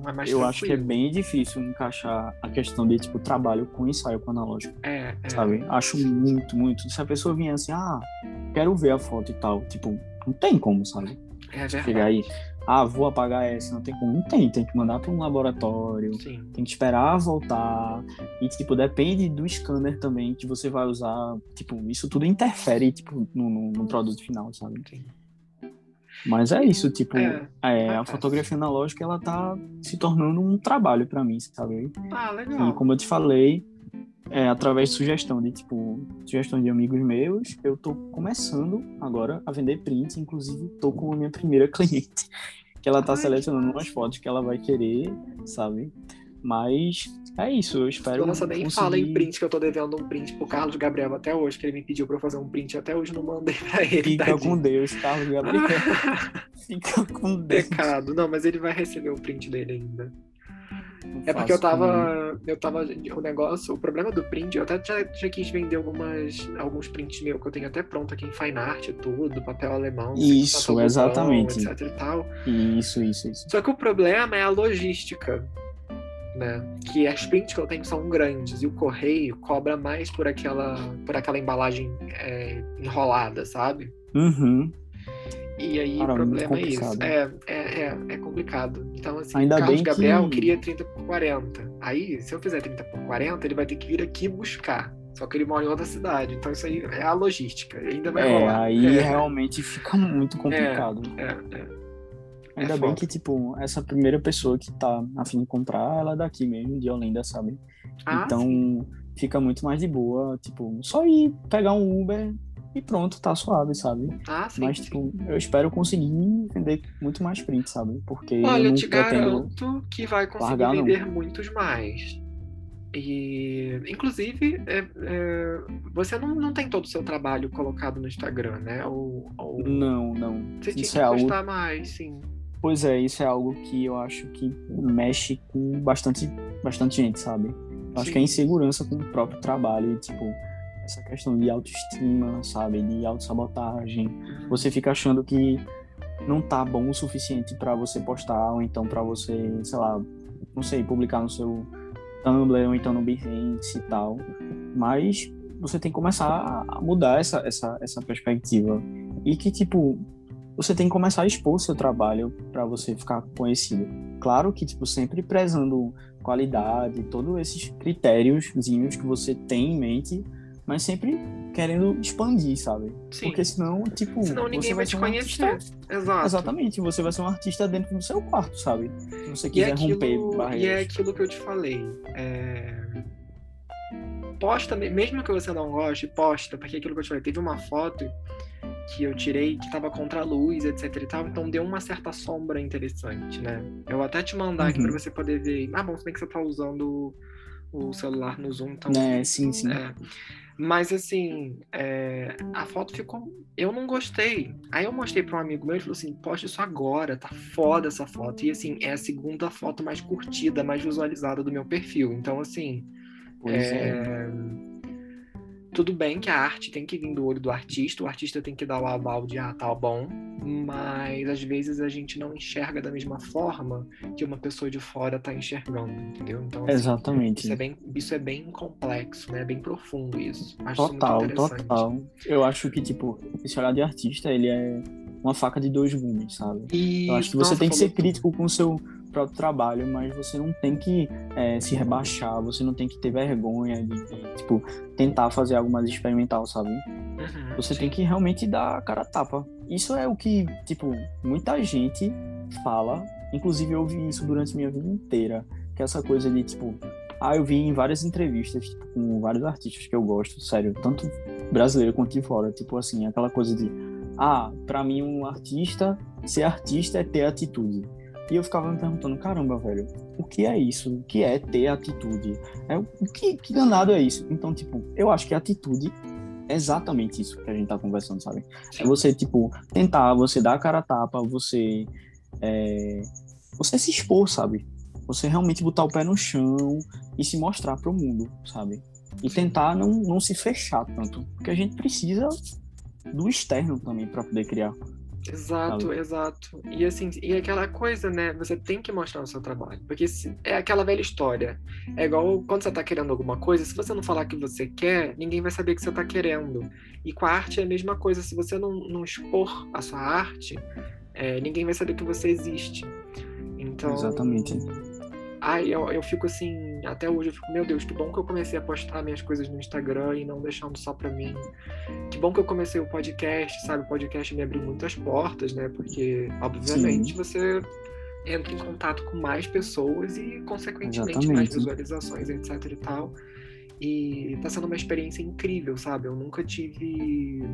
é mais Eu acho que é tranquilo. bem difícil encaixar a questão de, tipo, trabalho com ensaio com analógico, É, sabe? Acho muito, muito. Se a pessoa vier assim, quero ver a foto e tal, tipo, não tem como, sabe? é Chegar aí, verdade. vou apagar essa, não tem como. Não tem que mandar para um laboratório, Sim. tem que esperar voltar. E, tipo, depende do scanner também que você vai usar. Tipo, isso tudo interfere, tipo, no produto final, sabe? Sim. Mas é isso, tipo, Vai a fácil. fotografia analógica, ela tá se tornando um trabalho para mim, sabe? Ah, E legal. como eu te falei, através de sugestão de amigos meus, eu tô começando agora a vender print, inclusive tô com a minha primeira cliente, que ela tá Ai, que selecionando umas massa. fotos que ela vai querer, sabe? Mas é isso, eu Nossa, espero nem fala em conseguir. print, que eu tô devendo um print pro Carlos Gabriel até hoje, que ele me pediu pra eu fazer um print, até hoje não mandei pra ele, Fica com tadinho. Deus, Carlos Gabriel. Fica com Deus. Pecado. Não, mas ele vai receber o print dele ainda. Não É porque eu faço com ele. tava. Eu tava. O negócio, o problema do print, eu até já quis vender alguns prints meus, que eu tenho até pronto aqui em Fine Art e tudo, papel alemão, sem passar Isso, algodão, exatamente. etc e tal. Isso. Só que o problema é a logística, né? Que as prints que eu tenho são grandes e o correio cobra mais por aquela embalagem enrolada, sabe? Uhum. E aí o Cara, muito problema é isso. complicado. É complicado. Então, assim, o Ainda Carlos bem Gabriel que. queria 30 por 40. Aí, se eu fizer 30 por 40, ele vai ter que vir aqui buscar. Só que ele mora em outra cidade. Então, isso aí é a logística. Ainda vai rolar. Aí realmente fica muito É, complicado. é Ainda bem foda. que, tipo, essa primeira pessoa que tá a fim de comprar, ela é daqui mesmo, de Olinda, sabe? Ah, sim. Então, fica muito mais de boa, tipo, só ir pegar um Uber e pronto, tá suave, sabe? Ah, sim, Mas, sim. tipo, eu espero conseguir vender muito mais print, sabe? Porque eu Olha, eu não te pretendo garanto que vai conseguir largar, não. vender muitos mais. E, inclusive, você não tem todo o seu trabalho colocado no Instagram, né? Ou Não, não. você tinha Isso que é algo. postar mais, sim. Pois é, isso é algo que eu acho que mexe com bastante gente, sabe? Eu acho que é Sim. insegurança com o próprio trabalho e, tipo, essa questão de autoestima, sabe? De autossabotagem. Uhum. Você fica achando que não tá bom o suficiente pra você postar, ou então pra você, sei lá, não sei, publicar no seu Tumblr, ou então no Behance e tal. Mas você tem que começar a mudar essa perspectiva. E que, tipo, você tem que começar a expor seu trabalho para você ficar conhecido. Claro que, tipo, sempre prezando qualidade, todos esses critériozinhos que você tem em mente, mas sempre querendo expandir, sabe? Porque Sim. senão, tipo, Senão ninguém você vai vai te ser um artista, conhecer. Exato. exatamente, você vai ser um artista dentro do seu quarto, sabe? Se você E é quiser romper aquilo, e é barreiras. aquilo que eu te falei. Posta, mesmo que você não goste, posta, porque é aquilo que eu te falei, teve uma foto que eu tirei que estava contra a luz, etc e tal, então deu uma certa sombra interessante, né? Eu vou até te mandar aqui para Uhum. você poder ver. Ah, bom, se bem que você tá usando o celular no Zoom, então. Né, sim. É. Mas assim, a foto ficou. Eu não gostei. Aí eu mostrei para um amigo meu e ele falou assim: posta isso agora, tá foda essa foto. E assim, é a segunda foto mais curtida, mais visualizada do meu perfil. Então, assim, Pois é. tudo bem que a arte tem que vir do olho do artista, o artista tem que dar o aval de, tá bom, mas às vezes a gente não enxerga da mesma forma que uma pessoa de fora tá enxergando, entendeu? Então, assim, isso é Exatamente. bem, isso é bem complexo, né? É bem profundo isso. Acho isso muito Total, interessante. total. Eu acho que, tipo, esse olhar de artista, ele é uma faca de dois gumes, sabe? Eu acho E, que você nossa, tem que falou ser tudo. crítico com o seu próprio trabalho, mas você não tem que se rebaixar, você não tem que ter vergonha de, tipo, tentar fazer algo mais experimental, sabe? Uhum, Você tem sim, que realmente dar a cara a tapa. Isso é o que, tipo, muita gente fala, inclusive eu ouvi isso durante minha vida inteira, que é essa coisa de, tipo, eu vi em várias entrevistas, tipo, com vários artistas que eu gosto, sério, tanto brasileiro quanto de fora, tipo assim, aquela coisa de, pra mim ser artista é ter atitude. E eu ficava me perguntando, caramba, velho, o que é isso? O que é ter atitude? Que danado é isso? Então, tipo, eu acho que atitude é exatamente isso que a gente tá conversando, sabe? É sim, você, tipo, tentar, você dar a cara a tapa, você se expor, sabe? Você realmente botar o pé no chão e se mostrar pro mundo, sabe? E sim. tentar não se fechar tanto, porque a gente precisa do externo também para poder criar. Exato, sabe? exato. E assim, e aquela coisa, né? Você tem que mostrar o seu trabalho. Porque é aquela velha história. É igual quando você tá querendo alguma coisa, se você não falar que você quer, ninguém vai saber que você tá querendo. E com a arte é a mesma coisa. Se você não expor a sua arte, ninguém vai saber que você existe. Então, Exatamente. ai, eu fico assim, até hoje eu fico, meu Deus, que bom que eu comecei a postar minhas coisas no Instagram e não deixando só pra mim. Que bom que eu comecei o podcast, sabe? O podcast me abriu muitas portas, né? Porque, obviamente, Sim, você entra em contato com mais pessoas e, consequentemente, mais exatamente. visualizações, etc e tal. E tá sendo uma experiência incrível, sabe? Eu nunca tive...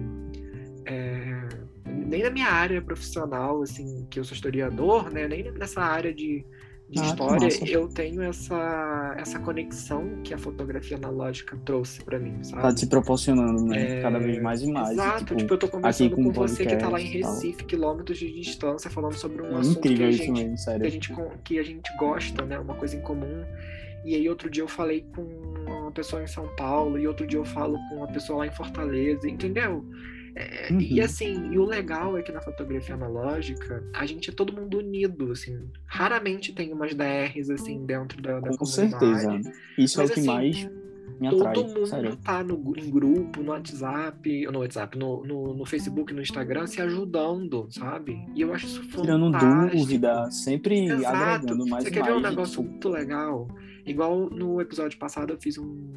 nem na minha área profissional, assim, que eu sou historiador, né? Nem nessa área de Ah, que história, massa. eu tenho essa conexão que a fotografia analógica trouxe para mim, Tá te sabe? proporcionando, né? Cada vez mais e mais. E, Exato, tipo, tipo, eu tô aqui conversando com o com você que tá lá em podcast e tal. Recife, quilômetros de distância, falando sobre um É assunto incrível isso mesmo, que a sério. gente, que a gente gosta, né? Uma coisa em comum. E aí outro dia eu falei com uma pessoa em São Paulo, e outro dia eu falo com uma pessoa lá em Fortaleza, entendeu? E Uhum. assim, e o legal é que na fotografia analógica, a gente é todo mundo unido, assim. Raramente tem umas DRs, assim, dentro da Com certeza. comunidade. Isso é o Mas que assim, mais me todo atrai, mundo sério. tá em grupo, no WhatsApp, no Facebook, no Instagram, se ajudando, sabe? E eu acho isso Tirando fantástico. dúvida, sempre Exato. agregando mais Você e quer ver um mais, e negócio tipo, muito legal? Igual no episódio passado eu fiz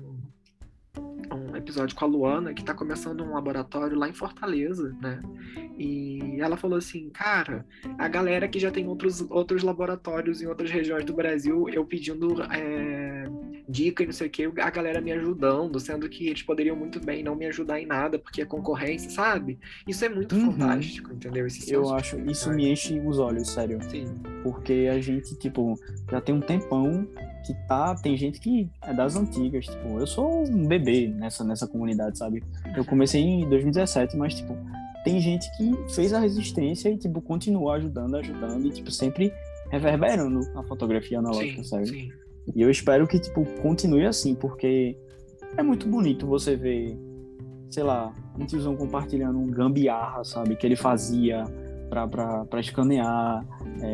um episódio com a Luana, que tá começando um laboratório lá em Fortaleza, né? E ela falou assim, cara, a galera que já tem outros laboratórios em outras regiões do Brasil, eu pedindo dica e não sei o que, a galera me ajudando, sendo que eles poderiam muito bem não me ajudar em nada, porque é concorrência, sabe? Isso é muito uhum, fantástico, entendeu? Esse eu senso de acho, isso me comunidade. enche os olhos, sério. Sim. Porque a gente, tipo, já tem um tempão que tem gente que é das antigas, tipo, eu sou um bebê nessa comunidade, sabe? Eu Uhum. comecei em 2017, mas, tipo, tem gente que fez a resistência e, tipo, continuou ajudando e, tipo, sempre reverberando a fotografia analógica, Sim, sabe? sim. E eu espero que, tipo, continue assim, porque é muito bonito você ver, sei lá, um tiozão compartilhando um gambiarra, sabe? Que ele fazia pra escanear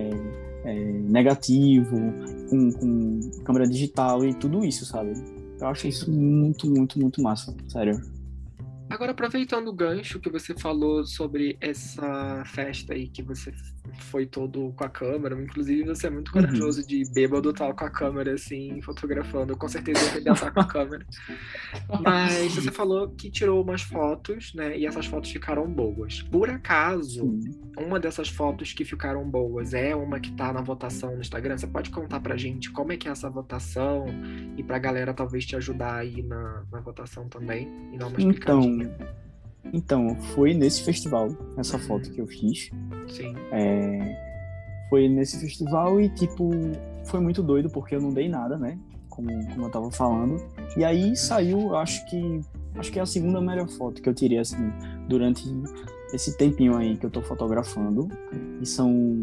negativo, com câmera digital e tudo isso, sabe? Eu acho Sim. isso muito, muito, muito massa, sério. Agora, aproveitando o gancho que você falou sobre essa festa aí que você foi todo com a câmera, inclusive você é muito Uhum. corajoso de bêbado estar com a câmera assim, fotografando. Eu com certeza ia arrebentar com a câmera. Mas você falou que tirou umas fotos, né? E essas fotos ficaram boas. Por acaso, Sim. uma dessas fotos que ficaram boas é uma que tá na votação no Instagram? Você pode contar pra gente como é que é essa votação e pra galera talvez te ajudar aí na votação também e dar uma explicadinha? Então, então, foi nesse festival, essa foto Uhum, que eu fiz. sim. Foi nesse festival e, tipo, foi muito doido porque eu não dei nada, né? Como eu tava falando. E aí saiu, acho que é a segunda melhor foto que eu tirei, assim, durante esse tempinho aí que eu tô fotografando. E são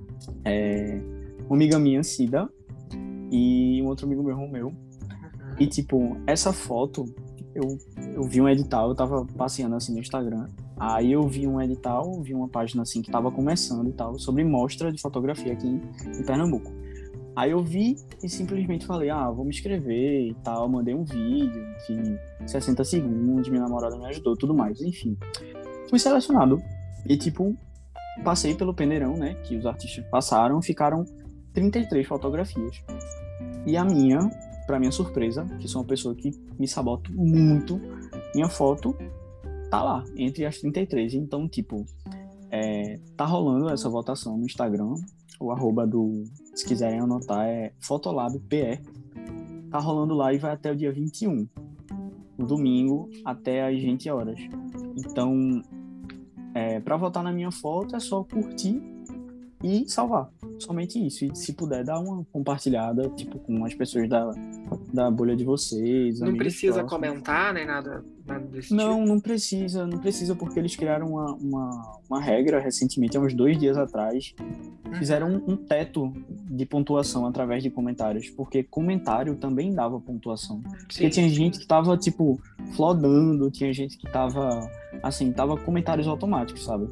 uma amiga minha, Cida, e um outro amigo meu, Romeu. E, Uhum, tipo, essa foto, eu, eu vi um edital, eu tava passeando assim no Instagram. Aí eu vi um edital, vi uma página assim que tava começando e tal, sobre mostra de fotografia aqui em Pernambuco. Aí eu vi e simplesmente falei, vou me inscrever e tal, mandei um vídeo, enfim, 60 segundos, minha namorada me ajudou, tudo mais, enfim. Fui selecionado e, tipo, passei pelo peneirão, né, que os artistas passaram, ficaram 33 fotografias. E a minha, para minha surpresa, que sou uma pessoa que me saboto muito, minha foto tá lá, entre as 33. Então, tipo, tá rolando essa votação no Instagram. O arroba se quiserem anotar, é FotolabPE. Tá rolando lá e vai até o dia 21, no domingo, até às 20 horas. Então, para votar na minha foto, é só curtir e salvar. Somente isso. E se puder, dar uma compartilhada, tipo, com as pessoas da bolha de vocês, não amigos precisa próximos. comentar, nem nada desse Não, tipo. não precisa porque eles criaram uma regra recentemente, há uns 2 dias atrás, fizeram Uhum. um teto de pontuação através de comentários, porque comentário também dava pontuação. Porque Sim, tinha gente sim. que tava, tipo, flodando, tinha gente que tava, assim, tava comentários automáticos, sabe?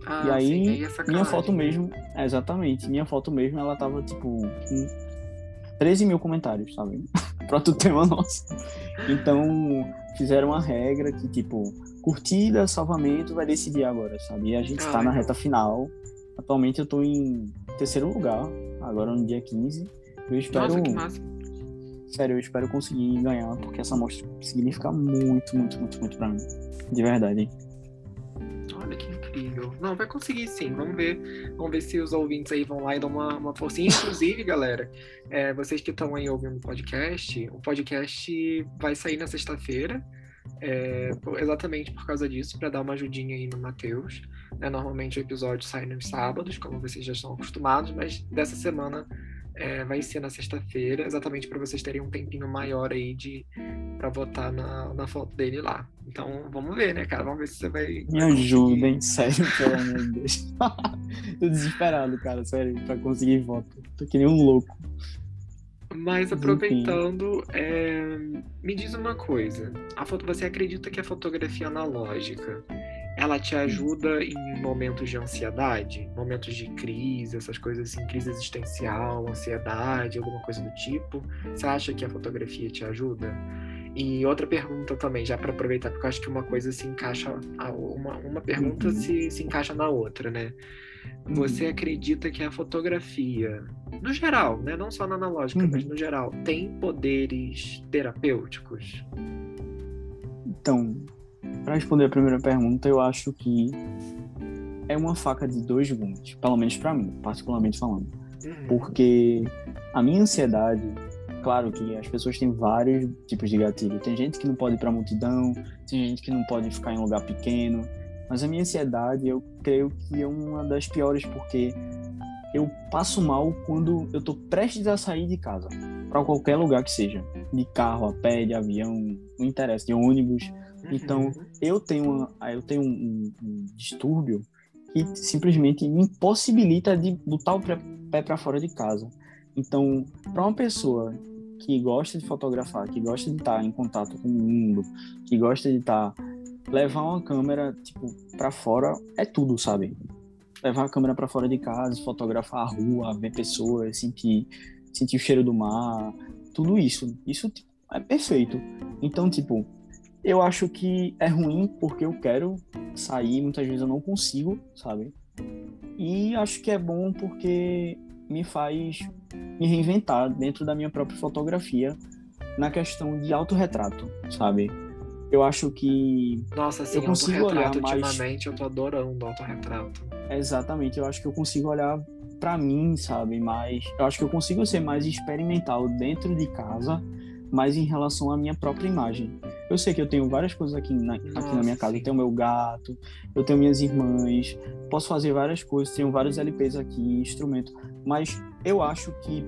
E Ah, sim, aí, aí é minha foto sacanagem, né? mesmo, exatamente, minha foto mesmo, ela tava, tipo, com 13 mil comentários, sabe? Pra tu ter uma noção. Então, fizeram uma regra que, tipo, curtida, salvamento, vai decidir agora, sabe? E a gente Ah, tá na reta legal. final. Atualmente eu tô em terceiro lugar, agora no dia 15. Eu Nossa, que espero, massa. sério, eu espero conseguir ganhar, porque essa amostra significa muito, muito, muito, muito pra mim. De verdade. Olha que incrível. Não, vai conseguir sim. Vamos ver. Vamos ver se os ouvintes aí vão lá e dão uma forcinha. Inclusive, galera, vocês que estão aí ouvindo o podcast vai sair na sexta-feira. Exatamente por causa disso, para dar uma ajudinha aí no Matheus. Né? Normalmente o episódio sai nos sábados, como vocês já estão acostumados, mas dessa semana vai ser na sexta-feira, exatamente para vocês terem um tempinho maior aí para votar na foto dele lá. Então vamos ver, né, cara? Vamos ver se você Me vai conseguir. ajudem, sério, pelo amor de Deus. Tô desesperado, cara, sério, pra conseguir voto. Tô que nem um louco. Mas Mas enfim. aproveitando, me diz uma coisa. Você acredita que a fotografia analógica ela te ajuda em momentos de ansiedade, momentos de crise, essas coisas assim, crise existencial, ansiedade, alguma coisa do tipo? Você acha que a fotografia te ajuda? E outra pergunta também, já para aproveitar, porque eu acho que uma coisa se encaixa, uma pergunta Uhum, se encaixa na outra, né? Você uhum, acredita que a fotografia, no geral, né, não só na analógica, mas uhum. no geral, tem poderes terapêuticos? Então, para responder a primeira pergunta, eu acho que é uma faca de dois gumes, pelo menos para mim, particularmente falando. Uhum, Porque a minha ansiedade, claro que as pessoas têm vários tipos de gatilho. Tem gente que não pode ir para multidão, tem gente que não pode ficar em lugar pequeno, mas a minha ansiedade, eu creio que é uma das piores porque eu passo mal quando eu tô prestes a sair de casa, para qualquer lugar que seja, de carro, a pé, de avião, não interessa, de ônibus. Então, uhum. eu tenho um distúrbio que simplesmente me impossibilita de botar o pé para fora de casa. Então, para uma pessoa que gosta de fotografar, que gosta de estar em contato com o mundo, que gosta de estar levar uma câmera tipo para fora é tudo, sabe? Levar a câmera para fora de casa, fotografar a rua, ver pessoas, sentir o cheiro do mar, tudo isso. Isso tipo, é perfeito. Então, tipo, eu acho que é ruim porque eu quero sair, muitas vezes eu não consigo, sabe? E acho que é bom porque me faz me reinventar dentro da minha própria fotografia na questão de autorretrato, sabe? Eu acho que Nossa, eu assim, consigo olhar autorretrato, mais. ultimamente eu tô adorando autorretrato. Exatamente, eu acho que eu consigo olhar para mim, sabe? Mas eu acho que eu consigo ser mais experimental dentro de casa, mas em relação à minha própria imagem. Eu sei que eu tenho várias coisas aqui na minha Nossa, casa. Eu tenho sim. meu gato, eu tenho minhas irmãs, posso fazer várias coisas, tenho vários LPs aqui, instrumentos, mas eu acho que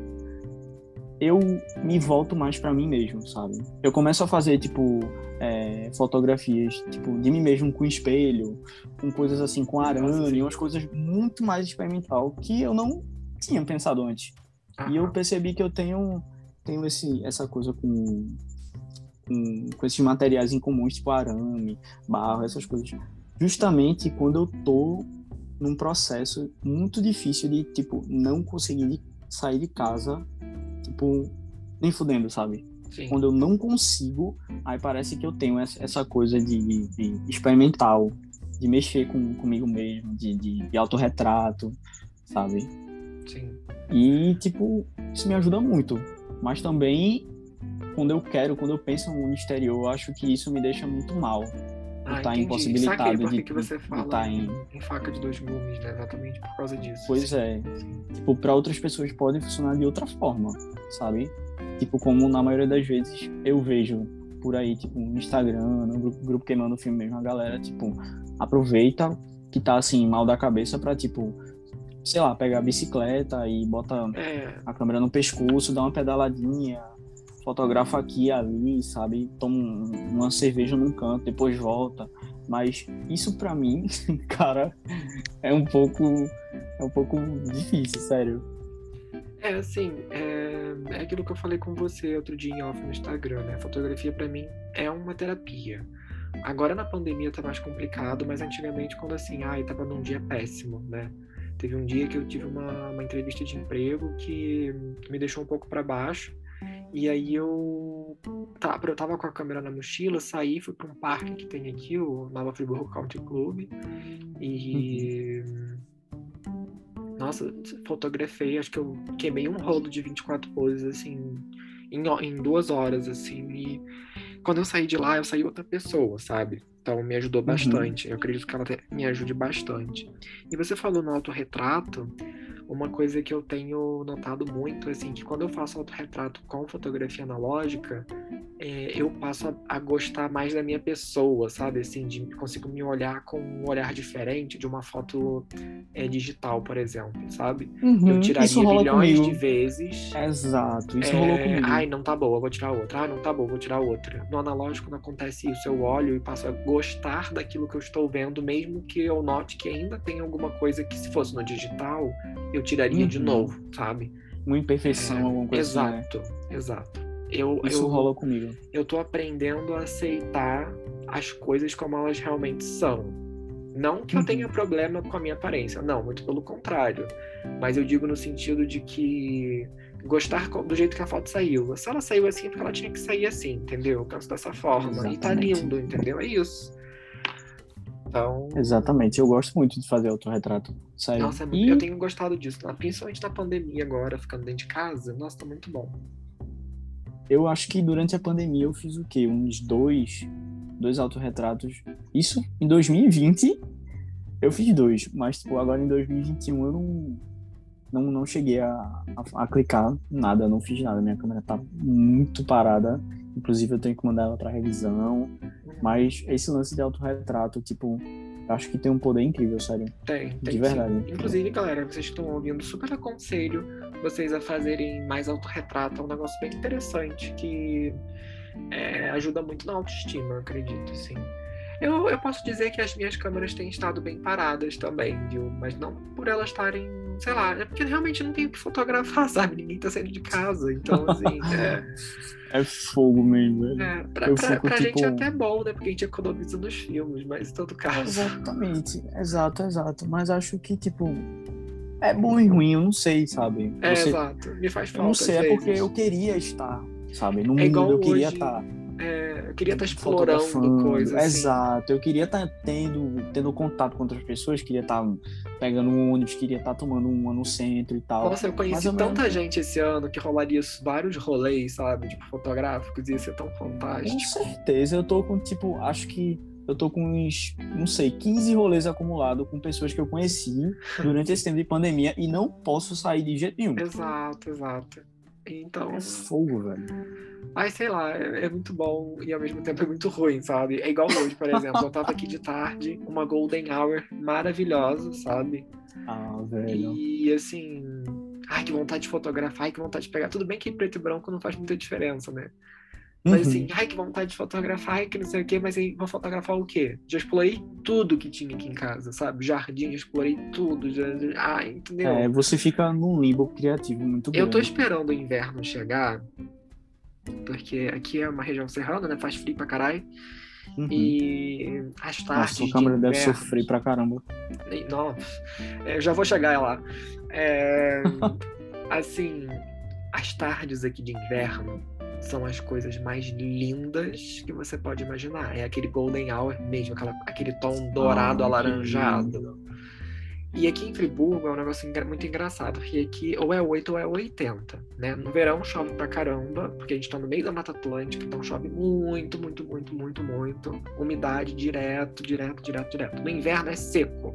eu me volto mais para mim mesmo, sabe? Eu começo a fazer, tipo, fotografias, tipo, de mim mesmo com espelho, com coisas assim, com Nossa, arame, sim. umas coisas muito mais experimental que eu não tinha pensado antes. E eu Aham. percebi que eu tenho essa coisa com esses materiais em comuns, tipo arame, barro, essas coisas. Justamente quando eu tô num processo muito difícil de, tipo, não conseguir sair de casa, tipo, nem fudendo, sabe? Sim. Quando eu não consigo, aí parece que eu tenho essa coisa de experimental, de mexer comigo mesmo, de autorretrato, sabe? Sim. E, tipo, isso me ajuda muito. Mas também, quando eu penso no exterior, eu acho que isso me deixa muito mal. Eu Ah, estar entendi. Saquei impossibilitado por que de que você fala estar em faca de dois gumes, né? Exatamente por causa disso. Pois Sim. é. Sim. Tipo, para outras pessoas pode funcionar de outra forma, sabe? Tipo, como na maioria das vezes eu vejo por aí, tipo, no Instagram, no grupo Queimando o Filme mesmo, a galera, tipo, aproveita que tá assim, mal da cabeça pra, tipo, sei lá, pegar a bicicleta e bota É, a câmera no pescoço, dá uma pedaladinha, fotografa aqui e ali, sabe? Toma uma cerveja num canto, depois volta. Mas isso pra mim, cara, é um pouco difícil, sério. assim, é aquilo que eu falei com você outro dia em off no Instagram, né? Fotografia pra mim é uma terapia. Agora na pandemia tá mais complicado, mas antigamente quando assim, ai, tava num dia péssimo, né? Teve um dia que eu tive uma entrevista de emprego que me deixou um pouco para baixo. E aí eu tava com a câmera na mochila, saí, fui para um parque que tem aqui, o Nova Friburgo Country Club. Uhum. E nossa, fotografei, acho que eu queimei um rolo de 24 poses, assim, em 2 horas, assim. E quando eu saí de lá, eu saí outra pessoa, sabe? Então me ajudou Uhum. bastante. Eu acredito que ela me ajude bastante. E você falou no autorretrato, uma coisa que eu tenho notado muito, assim, que quando eu faço autorretrato com fotografia analógica, eu passo a gostar mais da minha pessoa, sabe? Assim, consigo me olhar com um olhar diferente de uma foto digital, por exemplo, sabe? Eu Uhum. Isso tiraria rola milhões de comigo. vezes. Exato, isso rolou Ai, comigo. não tá boa, vou tirar outra. Ah, não tá boa, vou tirar outra. No analógico não acontece isso. Eu olho e passo a gostar daquilo que eu estou vendo, mesmo que eu note que ainda tem alguma coisa que, se fosse no digital, eu tiraria de Uhum. novo, sabe? Uma imperfeição, alguma coisa assim, né? Exato, exato. Eu, Isso eu, rola comigo. eu tô aprendendo a aceitar as coisas como elas realmente são. Não que eu tenha Uhum. problema com a minha aparência, não, muito pelo contrário. Mas eu digo no sentido de que gostar do jeito que a foto saiu. Se ela saiu assim, é porque ela tinha que sair assim, entendeu? Eu canso dessa forma. E tá Exatamente. lindo, entendeu? É isso. Então, Exatamente. Eu gosto muito de fazer autorretrato. Sério. nossa, eu E tenho gostado disso, principalmente na pandemia agora, ficando dentro de casa. Nossa, tá muito bom. eu acho que durante a pandemia eu fiz o quê? Uns dois autorretratos. Isso em 2020 eu fiz dois, mas tipo, agora em 2021 eu não cheguei a clicar nada, eu não fiz nada. Minha câmera tá muito parada. Inclusive eu tenho que mandar ela para revisão. Uhum. Mas esse lance de autorretrato, tipo, eu acho que tem um poder incrível, sério. De Tem sim. verdade. Inclusive, galera, vocês estão ouvindo, super aconselho vocês a fazerem mais autorretrato. É um negócio bem interessante que ajuda muito na autoestima, eu acredito, assim. Eu posso dizer que as minhas câmeras têm estado bem paradas também, viu? Mas não por elas estarem, sei lá, é porque realmente não tenho o que fotografar, sabe? Ninguém tá saindo de casa, então, assim, É fogo mesmo, velho. pra, Eu pra, fico pra gente é tipo. até bom, né? Porque a gente economiza nos filmes, mas em todo caso. Exatamente, exato, exato. Mas acho que, tipo, é bom e ruim, eu não sei, sabe? Exato. Me faz Eu não falta às sei, é porque eu vezes. queria estar, sabe? No É mundo, igual eu queria hoje, estar eu queria estar explorando fotografando, coisa assim. exato. Eu queria estar tendo contato com outras pessoas, queria estar pegando um ônibus, queria estar tomando uma no centro e tal. Nossa, eu Mas conheci ao mesmo tanta tempo, gente esse ano que rolaria vários rolês, sabe? Tipo, fotográficos, ia ser tão com fantástico. certeza, eu tô com, tipo, acho que eu tô com uns, não sei, 15 rolês acumulados com pessoas que eu conheci durante esse tempo de pandemia e não posso sair de jeito nenhum. Exato, exato. Então, É fogo, velho. ai, sei lá, é muito bom e ao mesmo tempo é muito ruim, sabe? É igual hoje, por exemplo, eu tava aqui de tarde, uma golden hour maravilhosa, sabe? Ah, velho. E assim, ai, que vontade de fotografar, ai, que vontade de pegar. Tudo bem que preto e branco não faz muita diferença, né? Mas assim, Uhum. ai, que vontade de fotografar, ai, que não sei o quê, mas aí vou fotografar o quê? Já explorei tudo que tinha aqui em casa, sabe? Jardim, já explorei tudo, ai, É, entendeu? você fica num limbo criativo muito Eu tô grande. esperando o inverno chegar, porque aqui é uma região serrana, né? Faz frio pra caralho. Uhum. E as Nossa, sua tardes de câmera deve inverno. sofrer pra caramba. Nossa, eu já vou chegar lá. É, assim, as tardes aqui de inverno são as coisas mais lindas que você pode imaginar. É aquele golden hour mesmo, aquele tom dourado Ah, que alaranjado. lindo. E aqui em Friburgo é um negócio muito engraçado, porque aqui ou é 8 ou é 80, né? No verão chove pra caramba, porque a gente tá no meio da Mata Atlântica, então chove muito, muito, muito, muito, muito. Umidade direto, direto, direto, direto. No inverno é seco.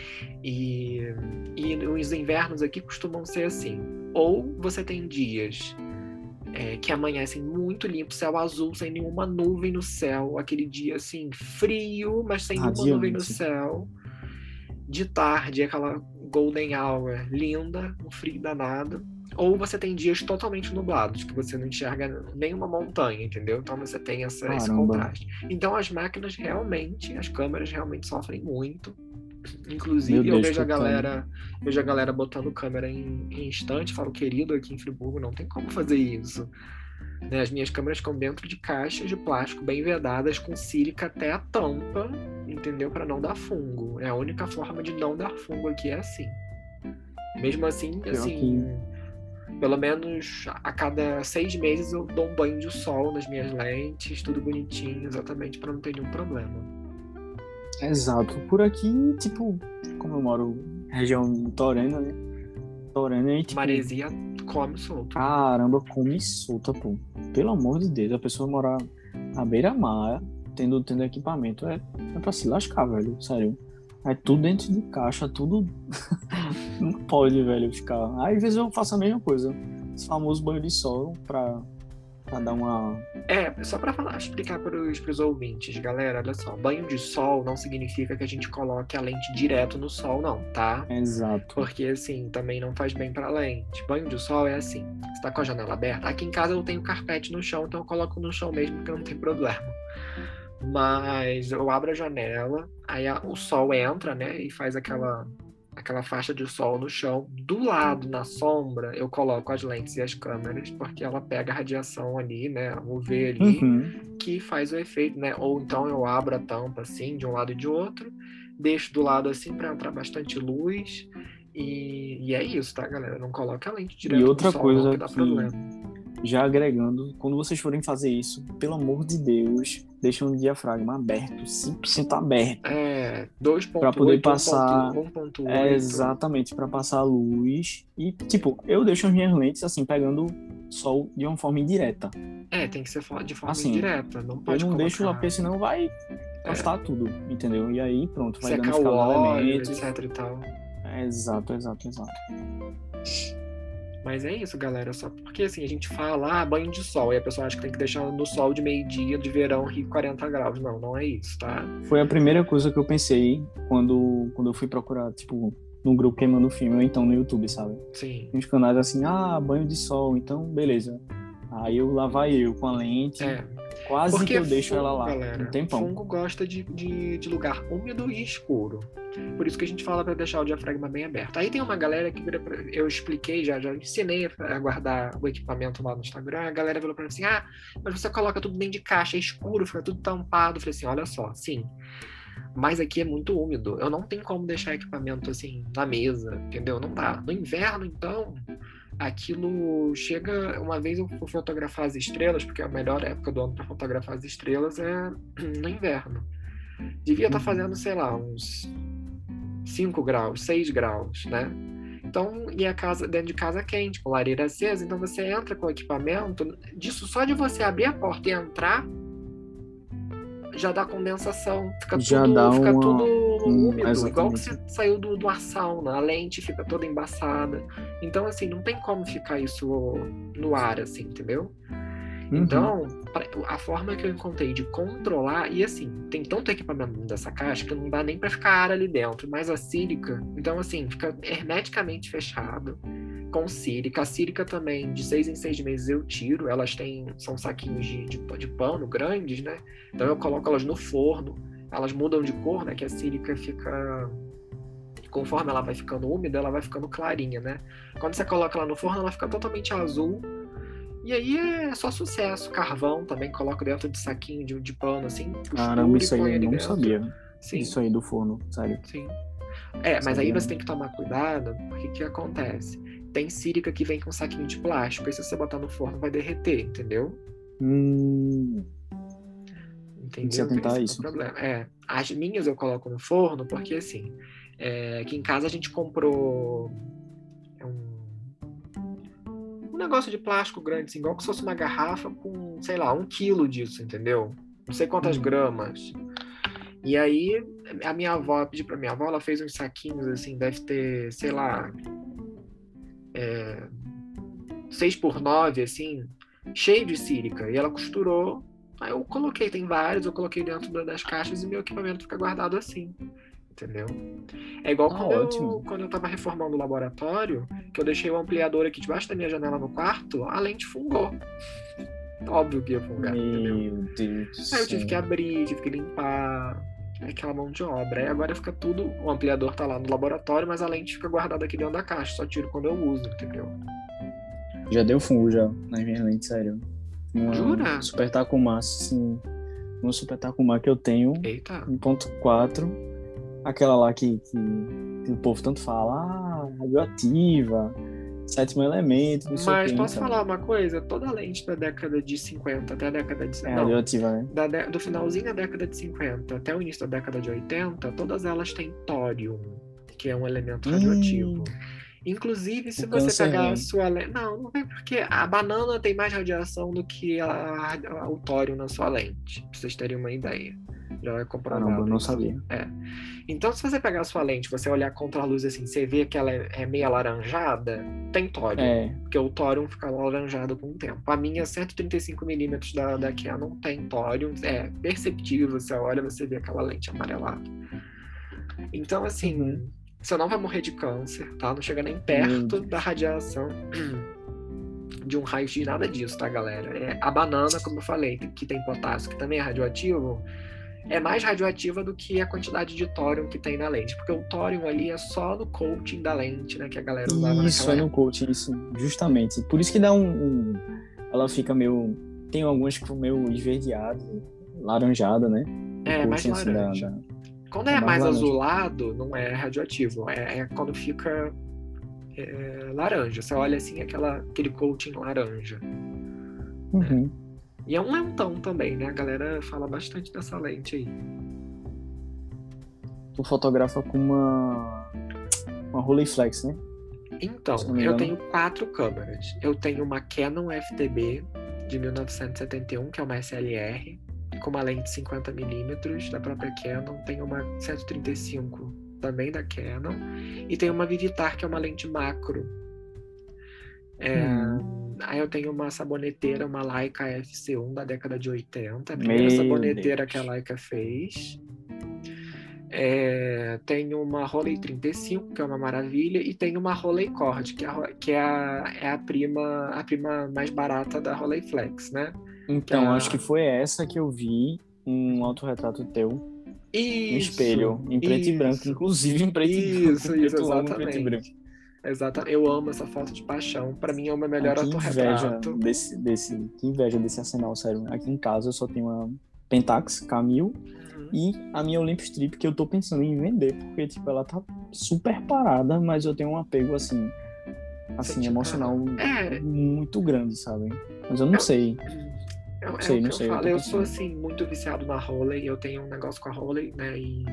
E, e os invernos aqui costumam ser assim. Ou você tem dias que amanhecem muito limpo, céu azul, sem nenhuma nuvem no céu, aquele dia assim, frio, mas sem nenhuma nuvem no Radiante. céu. De tarde, aquela golden hour linda, um frio danado. Ou você tem dias totalmente nublados, que você não enxerga nenhuma montanha, entendeu? Então você tem esse Caramba. contraste. Então as máquinas realmente, as câmeras realmente sofrem muito. Meu Inclusive, Deus, coitado. eu vejo a galera botando câmera em estante, falo, querido, aqui em Friburgo não tem como fazer isso. né? As minhas câmeras ficam dentro de caixas de plástico bem vedadas, com sílica até a tampa, entendeu? Para não dar fungo. É a única forma de não dar fungo aqui é assim. Mesmo assim, Pior que... pelo menos a cada 6 meses eu dou um banho de sol nas minhas lentes, tudo bonitinho, exatamente para não ter nenhum problema. Exato. Por aqui, tipo, como eu moro na região litorânea, né? Litorânea, e, tipo, Maresia come solto. caramba, come solta, pô. Pelo amor de Deus, a pessoa morar à beira-mar, tendo equipamento, é pra se lascar, velho. Sério. É tudo dentro de caixa, tudo. Não pode, velho, ficar. Aí, às vezes eu faço a mesma coisa. Esse famoso banho de sol pra dar uma. Só para explicar para os ouvintes, galera, olha só, banho de sol não significa que a gente coloque a lente direto no sol, não, tá? Exato. Porque, assim, também não faz bem pra lente. Banho de sol é assim, você tá com a janela aberta. Aqui em casa eu tenho carpete no chão, então eu coloco no chão mesmo, porque não tem problema. Mas eu abro a janela, aí o sol entra, né, e faz aquela faixa de sol no chão. Do lado, na sombra, eu coloco as lentes e as câmeras, porque ela pega a radiação ali, né, o UV ali, que faz o efeito, né? Ou então eu abro a tampa assim, de um lado e de outro, deixo do lado assim para entrar bastante luz. E é isso, tá, galera? Não coloca a lente direto E outra no sol, coisa não, que dá que, problema. já agregando, quando vocês forem fazer isso, pelo amor de Deus, deixem o diafragma aberto, 100% aberto. 2.8, para poder passar 1.8. Exatamente, para passar a luz. E, tipo, eu deixo as minhas lentes, assim, pegando sol de uma forma indireta. Tem que ser de forma assim, indireta. Não pode eu não colocar... deixo lá, porque senão vai tostar tudo, entendeu? E aí, pronto, vai secar o danificar os óleo, elementos. etc e tal. Exato. Mas é isso, galera. Só porque assim, a gente fala, banho de sol, e a pessoa acha que tem que deixar no sol de meio-dia, de verão, rio 40 graus. Não, não é isso, tá? Foi a primeira coisa que eu pensei quando eu fui procurar, tipo, num grupo Queimando Filme, ou então no YouTube, sabe? Sim. Uns canais assim, banho de sol, então beleza. Aí lá vai eu com a lente, quase porque que eu deixo ela lá, galera, um tempão. Fungo gosta de lugar úmido e escuro. Por isso que a gente fala para deixar o diafragma bem aberto. Aí tem uma galera que eu expliquei, já ensinei a guardar o equipamento lá no Instagram. A galera falou para mim assim: mas você coloca tudo dentro de caixa, é escuro, fica tudo tampado. Eu falei assim: olha só, sim, mas aqui é muito úmido. Eu não tenho como deixar equipamento assim na mesa, entendeu? Não dá. No inverno, então, aquilo chega. Uma vez eu fui fotografar as estrelas, porque a melhor época do ano para fotografar as estrelas é no inverno. Devia estar fazendo, sei lá, uns 5 graus, 6 graus, né? Então, e a casa dentro de casa quente, com lareira acesa, então você entra com o equipamento, só de você abrir a porta e entrar, já dá condensação, fica tudo úmido, exatamente. igual que você saiu do ar sauna, a lente fica toda embaçada. Então, assim, não tem como ficar isso no ar, assim, entendeu? Então, a forma que eu encontrei de controlar, e assim, tem tanto equipamento dentro dessa caixa que não dá nem para ficar ar ali dentro, mas a sílica, então assim, fica hermeticamente fechado com sílica. A sílica também, de 6 em 6 meses eu tiro, são saquinhos de pano grandes, né? Então eu coloco elas no forno, elas mudam de cor, né? Que a sílica fica... Conforme ela vai ficando úmida, ela vai ficando clarinha, né? Quando você coloca ela no forno, ela fica totalmente azul. E aí é só sucesso. Carvão também coloco dentro de saquinho de pano, assim. Caramba, isso aí eu não dentro. sabia. Sim. Isso aí do forno, sério. Sim. Mas aí você tem que tomar cuidado, porque o que acontece? Tem sílica que vem com saquinho de plástico, aí se você botar no forno vai derreter, entendeu? Entendeu? Tem que se atentar a isso. É o problema. As minhas eu coloco no forno, porque assim, aqui em casa a gente comprou um negócio de plástico grande, assim, igual que se fosse uma garrafa com, sei lá, 1 quilo disso, entendeu? Não sei quantas gramas. E aí, a minha avó, pedi pra minha avó, ela fez uns saquinhos, assim, deve ter, sei lá, 6x9, assim, cheio de sílica. E ela costurou, aí eu coloquei, tem vários, eu coloquei dentro das caixas e meu equipamento fica guardado assim. Entendeu? É igual quando eu tava reformando o laboratório, que eu deixei o ampliador aqui debaixo da minha janela no quarto, a lente fungou. Óbvio que ia fungar, entendeu? Meu Deus. Aí eu tive que abrir, tive que limpar, aquela mão de obra. Aí agora fica tudo, o ampliador tá lá no laboratório, mas a lente fica guardada aqui dentro da caixa, só tiro quando eu uso, entendeu? Já deu fungo já nas minhas lentes, sério. Uma Jura? Super Takuma, sim. Uma Super Takuma que eu tenho, Eita. 1.4. Aquela lá que o povo tanto fala, radioativa, sétimo elemento, não sei o que, Mas posso então. falar uma coisa? Toda lente da década de 50 até a década de... É Não, radioativa, né? do finalzinho da década de 50 até o início da década de 80, todas elas têm tórium, que é um elemento radioativo. Inclusive, se O você câncer pegar a vem. sua lente... Não, não vem porque a banana tem mais radiação do que o tório na sua lente, pra vocês terem uma ideia. Já é Caramba, eu comprovado não isso. sabia. É. Então, se você pegar a sua lente, você olhar contra a luz assim, você vê que ela é meio alaranjada, tem tório. É, Porque o tório fica alaranjado com o tempo. A minha 135mm da Canon tem tório. É perceptível, você olha, você vê aquela lente amarelada. Então, assim, você não vai morrer de câncer, tá? Não chega nem meu perto da Deus. radiação de um raio-x, nada disso, tá, galera? A banana, como eu falei, que tem potássio, que também é radioativo, é mais radioativa do que a quantidade de tório que tem na lente, porque o tório ali é só no coating da lente, né, que a galera usava Isso, naquela é no época. coaching, isso, justamente. Por isso que dá ela fica meio... Tem algumas que ficam meio esverdeadas, laranjada, né? O É, mais coaching, assim, laranja. Quando é é mais mais laranja. azulado, não é radioativo, é quando fica laranja. Você olha assim, aquele coating laranja. Né? Uhum. E é um lentão também, né? A galera fala bastante dessa lente aí. Tu fotografa com uma Rolleiflex, né? Se Então, não me eu engano. tenho 4 câmeras. Eu tenho uma Canon FTB de 1971, que é uma SLR, com uma lente 50mm da própria Canon. Tenho uma 135 também da Canon. E tenho uma Vivitar, que é uma lente macro. Aí eu tenho uma saboneteira, uma Leica FC1 da década de 80. A primeira Meu saboneteira que a Deus. Leica fez. Tenho uma Rolei 35, que é uma maravilha, e tenho uma Rolei Cord, que é a prima mais barata da Rolleiflex, né? Que é Então, acho que foi essa que eu vi um autorretrato teu no Isso, espelho, em preto e branco, isso, inclusive em preto e branco, isso, porque tu ama preto e branco. exatamente. Eu amo essa foto de paixão. Para mim é o meu Ai, melhor que inveja autorretrato. que inveja desse arsenal, sério. Aqui em casa eu só tenho uma Pentax Camil Uhum. e a minha Olympus Trip que eu tô pensando em vender, porque tipo ela tá super parada, mas eu tenho um apego assim Sentimental. emocional muito grande, sabe? Mas eu não Eu, sei, é o que não eu sei, eu falo. tô Eu sou pensando. assim muito viciado na Rolei. Eu tenho um negócio com a Rolei, né? E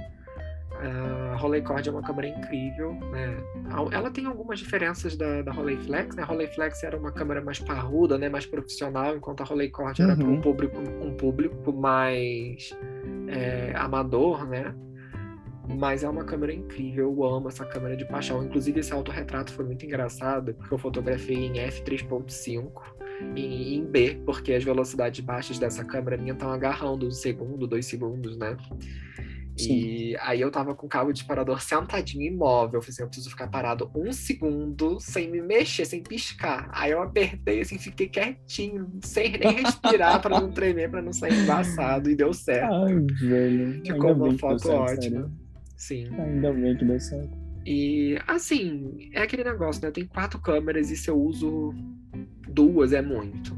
a Rolleicord é uma câmera incrível, né? Ela tem algumas diferenças da Rolleiflex, né? A Rolleiflex era uma câmera mais parruda, né? Mais profissional, enquanto a Rolleicord era para Uhum. um público mais amador, né? Mas é uma câmera incrível, eu amo essa câmera de paixão. Inclusive, esse autorretrato foi muito engraçado, porque eu fotografei em f3.5 e em B, porque as velocidades baixas dessa câmera minha estão agarrando 1 segundo, 2 segundos, né? Sim. E aí eu tava com o cabo disparador sentadinho imóvel. Eu falei assim, eu preciso ficar parado 1 segundo sem me mexer, sem piscar. Aí eu apertei assim, fiquei quietinho, sem nem respirar para não tremer, para não sair embaçado. E deu certo. Ai, velho, Ficou ainda uma bem que deu foto certo, ótima. sério. Sim. Ainda bem que deu certo. E assim, é aquele negócio, né? Eu tenho 4 câmeras e se eu uso 2 é muito.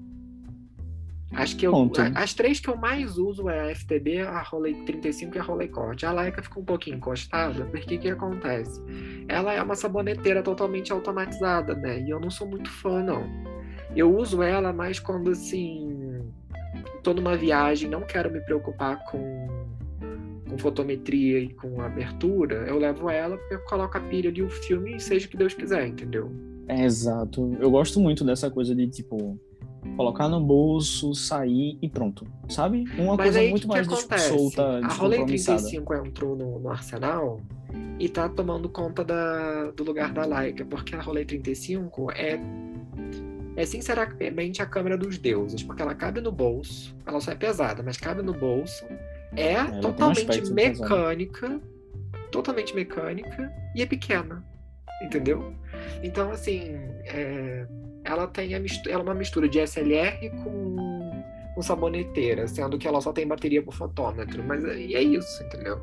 Acho que Ponto. as 3 que eu mais uso é a FTB, a Rolei 35 e a Rolei Cord. A Leica fica um pouquinho encostada, porque o que acontece? Ela é uma saboneteira totalmente automatizada, né? E eu não sou muito fã, não. Eu uso ela mais quando, assim, tô numa viagem, não quero me preocupar com fotometria e com abertura, eu levo ela porque eu coloco a pilha ali, o filme, e seja o que Deus quiser, entendeu? É, exato. Eu gosto muito dessa coisa de, tipo, colocar no bolso, sair e pronto, sabe? Uma Mas coisa aí o muito que mais acontece? solta, A Rolei descompromissada. 35 entrou no arsenal e tá tomando conta do lugar da Leica, porque a Rolei 35 é sinceramente a câmera dos deuses, porque ela cabe no bolso, ela só é pesada, mas cabe no bolso, é Ela tem um aspecto pesado. totalmente mecânica e é pequena, entendeu? Então, assim, ela tem ela é uma mistura de SLR com saboneteira, sendo que ela só tem bateria por fotômetro, mas e é isso, entendeu?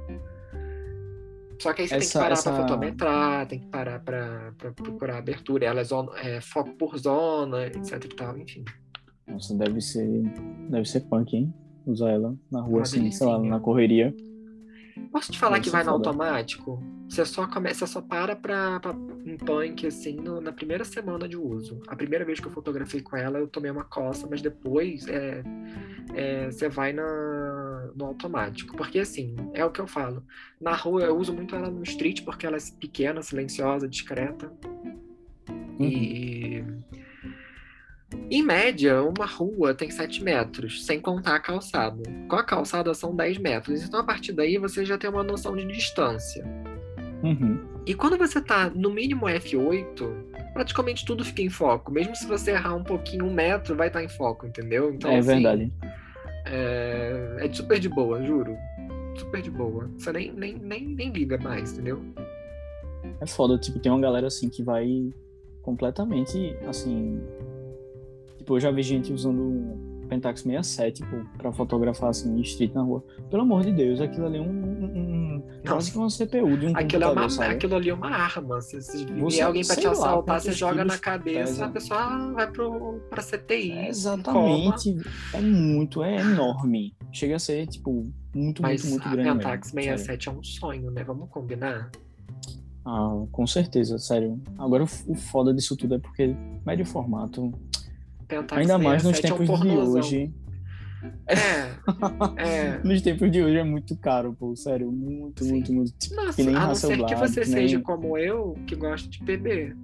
Só que aí você tem que parar para Essa, fotometrar, tem que parar para procurar abertura, ela foco por zona, etc e tal, enfim. Nossa, deve ser punk, hein? Usar ela na rua, Uma assim, sei lá, delicinha. na correria. Posso te falar Deve que ser vai no foda. automático? Você só para pra um punk, assim, na primeira semana de uso. A primeira vez que eu fotografei com ela, eu tomei uma coça, mas depois você vai no automático. Porque, assim, é o que eu falo. Na rua, eu uso muito ela no street, porque ela é pequena, silenciosa, discreta. Uhum. E, em média, uma rua tem 7 metros, sem contar a calçada. Com a calçada são 10 metros. Então, a partir daí, você já tem uma noção de distância. Uhum. E quando você tá no mínimo F8, praticamente tudo fica em foco. Mesmo se você errar um pouquinho, 1 metro, vai estar em foco, entendeu? Então, É assim, verdade. é super de boa, juro. Super de boa. Você nem liga mais, entendeu? É foda, tipo, tem uma galera assim que vai completamente, assim. Tipo, eu já vi gente usando o Pentax 67, tipo, pra fotografar assim, street na rua. Pelo amor de Deus, aquilo ali é Não, quase que uma CPU de um computador, sabe? aquilo ali é uma arma. Se vier Você, alguém pra te sei lá assaltar, você quantos joga na quilos cabeça, a pesa. pessoa vai pra É CTI, em coma. exatamente, é enorme. Chega a ser, tipo, muito, muito, Mas muito a grande mesmo, Pentax sério. 67 é um sonho, né? Vamos combinar? Ah, com certeza, sério. Agora, o foda disso tudo é porque médio formato, Pentax ainda mais nos 67 é um tempos de pornozão. hoje. É, é. Nos tempos de hoje é muito caro, pô, sério, muito, muito, Sim. muito. Tipo, que Nossa, nem a não ser que Hasselblad, você que seja nem. como eu, que gosta de bebê.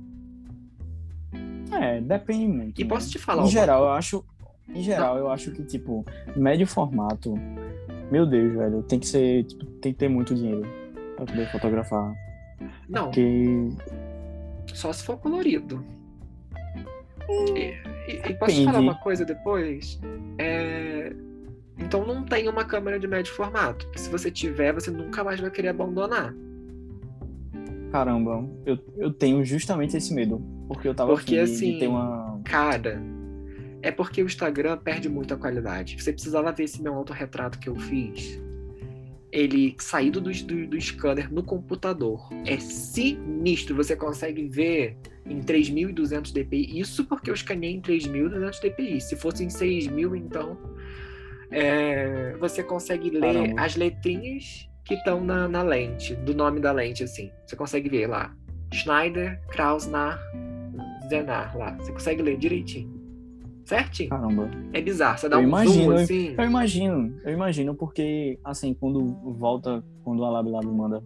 É, depende muito, E né? posso te falar Em uma geral, eu coisa? acho. Em Não, geral, eu acho que, tipo, médio formato, meu Deus, velho, tem que ser, tipo, tem que ter muito dinheiro pra poder fotografar. não, Porque só se for colorido. E, e posso te falar uma depende. coisa depois? É, Então não tem uma câmera de médio formato. Porque se você tiver, você nunca mais vai querer abandonar. Caramba, eu tenho justamente esse medo. Porque eu tava afim Porque de ter assim, uma. cara, é porque o Instagram perde muito a qualidade. Você precisava ver esse meu autorretrato que eu fiz. Ele saído do scanner no computador. É sinistro. Você consegue ver em 3200 dpi. Isso porque eu escaneei em 3200 dpi. Se fosse em 6000, então você consegue ler Caramba, as letrinhas que estão na lente, do nome da lente, assim. Você consegue ver lá. Schneider, Krausnar, Zenar lá. Você consegue ler direitinho. Certinho. caramba. É bizarro. Você dá Eu um zoom imagino, assim. eu imagino, porque, assim, quando a LabLab manda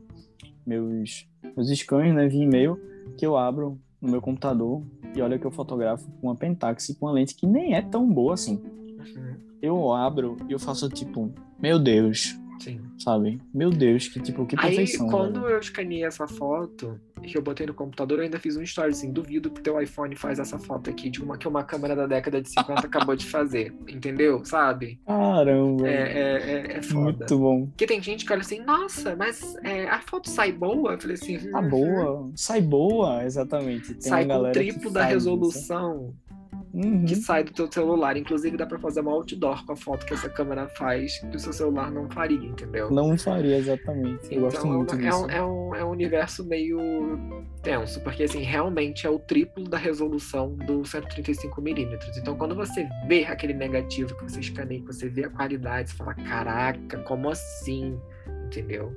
meus scans, né, via e-mail, que eu abro no meu computador e olha que eu fotografo com uma Pentax com uma lente que nem é tão boa assim. Uhum, Eu abro e eu faço tipo, meu Deus, sim. sabe? Meu Deus, que tipo, que Aí, perfeição, quando velho. eu escaneei essa foto, que eu botei no computador, eu ainda fiz um story assim, duvido que teu iPhone faz essa foto aqui de uma que uma câmera da década de 50 acabou de fazer, entendeu? Sabe? Caramba, É foda. muito bom. Porque tem gente que olha assim, nossa, mas a foto sai boa? Eu falei assim, Tá uhum. boa, sai boa, exatamente. Tem uma Sai com o galera que triplo da faz isso. resolução que Uhum. sai do teu celular. Inclusive, dá pra fazer uma outdoor com a foto que essa câmera faz, que o seu celular não faria, entendeu? Não faria exatamente. Eu gosto Então muito disso. é um universo meio tenso, porque assim, realmente é o triplo da resolução do 135mm. Então, quando você vê aquele negativo que você escaneia, que você vê a qualidade, você fala, caraca, como assim? Entendeu?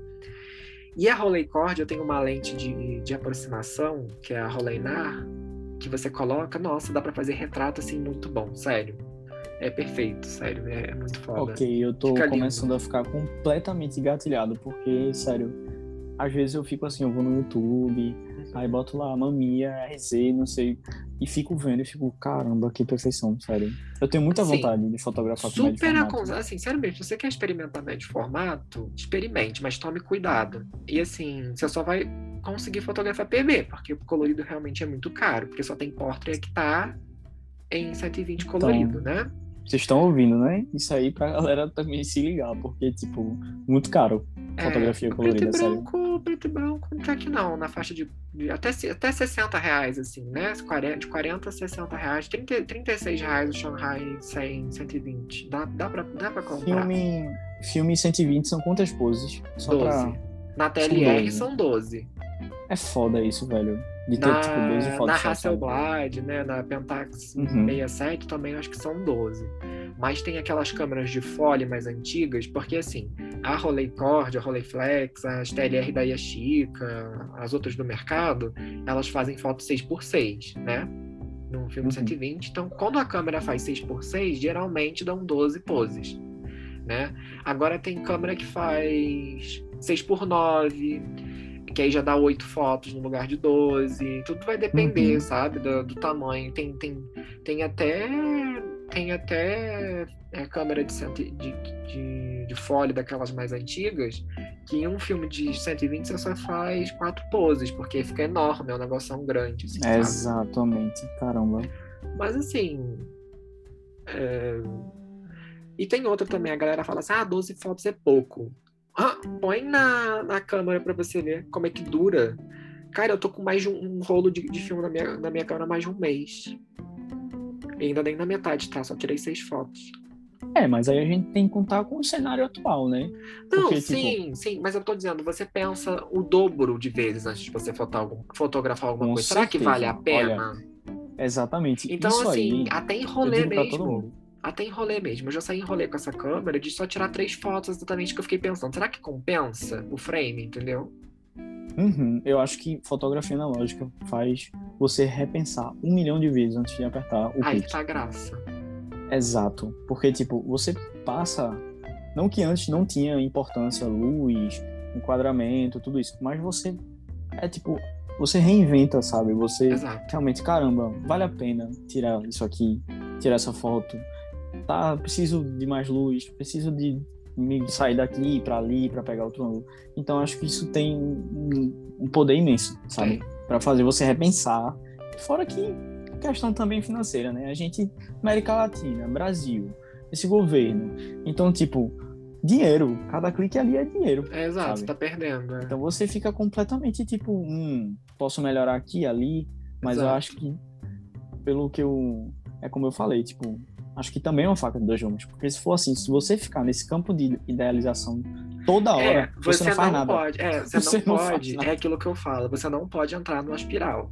E a Rolleicord, eu tenho uma lente de aproximação, que é a Rolleinar, que você coloca, nossa, dá pra fazer retrato assim muito bom, sério. É perfeito, sério, é muito foda. Ok, eu tô Fica lindo. começando a ficar completamente engatilhado, porque, sério, às vezes eu fico assim, eu vou no YouTube, aí Uhum. boto lá Mamiya, RZ, não sei, e fico vendo e fico, caramba, que perfeição, sério. Eu tenho muita Assim, vontade de fotografar com médio super formato. assim, sério mesmo, se você quer experimentar médio formato, experimente, mas tome cuidado. E assim, você só vai conseguir fotografar PB, porque o colorido realmente é muito caro, porque só tem portrait que tá em 120 colorido, Então, né? vocês estão ouvindo, né? Isso aí pra galera também se ligar, porque, tipo, muito caro fotografia colorida, sério. Preto e branco, não tá aqui não, na faixa de até R$ 60, assim, né? De 40 a R$ 60, 36 o Shanghai 100, 120. Dá pra comprar. Filme 120 são quantas poses? Só pra... 12. Na São TLR 12. são 12. É foda isso, velho. De ter, tipo, 12 Na fotos só, sabe? Hasselblad, né, na Pentax Uhum. 67 também acho que são 12. Mas tem aquelas câmeras de fole mais antigas, porque assim, a Rolleicord, a Rolleiflex, as TLR da Yashica, as outras do mercado, elas fazem foto 6x6, né? No filme Uhum. 120. Então, quando a câmera faz 6x6, geralmente dão 12 poses, né? Agora tem câmera que faz 6x9, que aí já dá 8 fotos no lugar de 12. Tudo vai depender, Uhum. sabe, do tamanho. Tem até, tem até câmera de fole daquelas mais antigas, que em um filme de 120 você só faz 4 poses, porque fica enorme, é um negócio grande, assim, sabe? Exatamente. Caramba. Mas assim. E tem outra também, a galera fala assim: 12 fotos é pouco. Põe na câmera pra você ver como é que dura. Cara, eu tô com mais de um rolo de filme na minha câmera há mais de um mês. E ainda nem na metade, tá? Só tirei 6 fotos. Mas aí a gente tem que contar com o cenário atual, né? Não, Porque, tipo, sim, mas eu tô dizendo, você pensa o dobro de vezes antes de você fotografar alguma com coisa. Será que vale certeza. a Olha, pena? exatamente. Então, Isso assim, aí, até em eu rolê digo pra todo mesmo. mundo. Até em rolê mesmo. Eu já saí em rolê com essa câmera de só tirar 3 fotos exatamente que eu fiquei pensando. Será que compensa o frame, entendeu? Uhum. Eu acho que fotografia analógica faz você repensar 1 milhão de vezes antes de apertar o Aí que clique. tá a graça. Exato. Porque, tipo, você passa. Não que antes não tinha importância, luz, enquadramento, tudo isso, mas você é tipo, você reinventa, sabe? Você Exato. realmente, caramba, vale a pena tirar isso aqui, tirar essa foto. Tá, preciso de mais luz, preciso de me sair daqui para ali para pegar outro ângulo. Então acho que isso tem um poder imenso, sabe? Tem. Para fazer você repensar. Fora que questão também financeira, né? A gente, América Latina, Brasil, esse governo. Então, tipo, dinheiro, cada clique ali é dinheiro, É exato, sabe? tá perdendo. Então você fica completamente tipo, posso melhorar aqui, ali, mas eu acho Exato. que pelo que eu. É como eu falei, tipo, acho que também é uma faca de dois gumes. Porque se for assim, se você ficar nesse campo de idealização toda hora, você não Você faz não nada. pode. Você não Você não faz pode. É nada. aquilo que eu falo. Você não pode entrar numa espiral.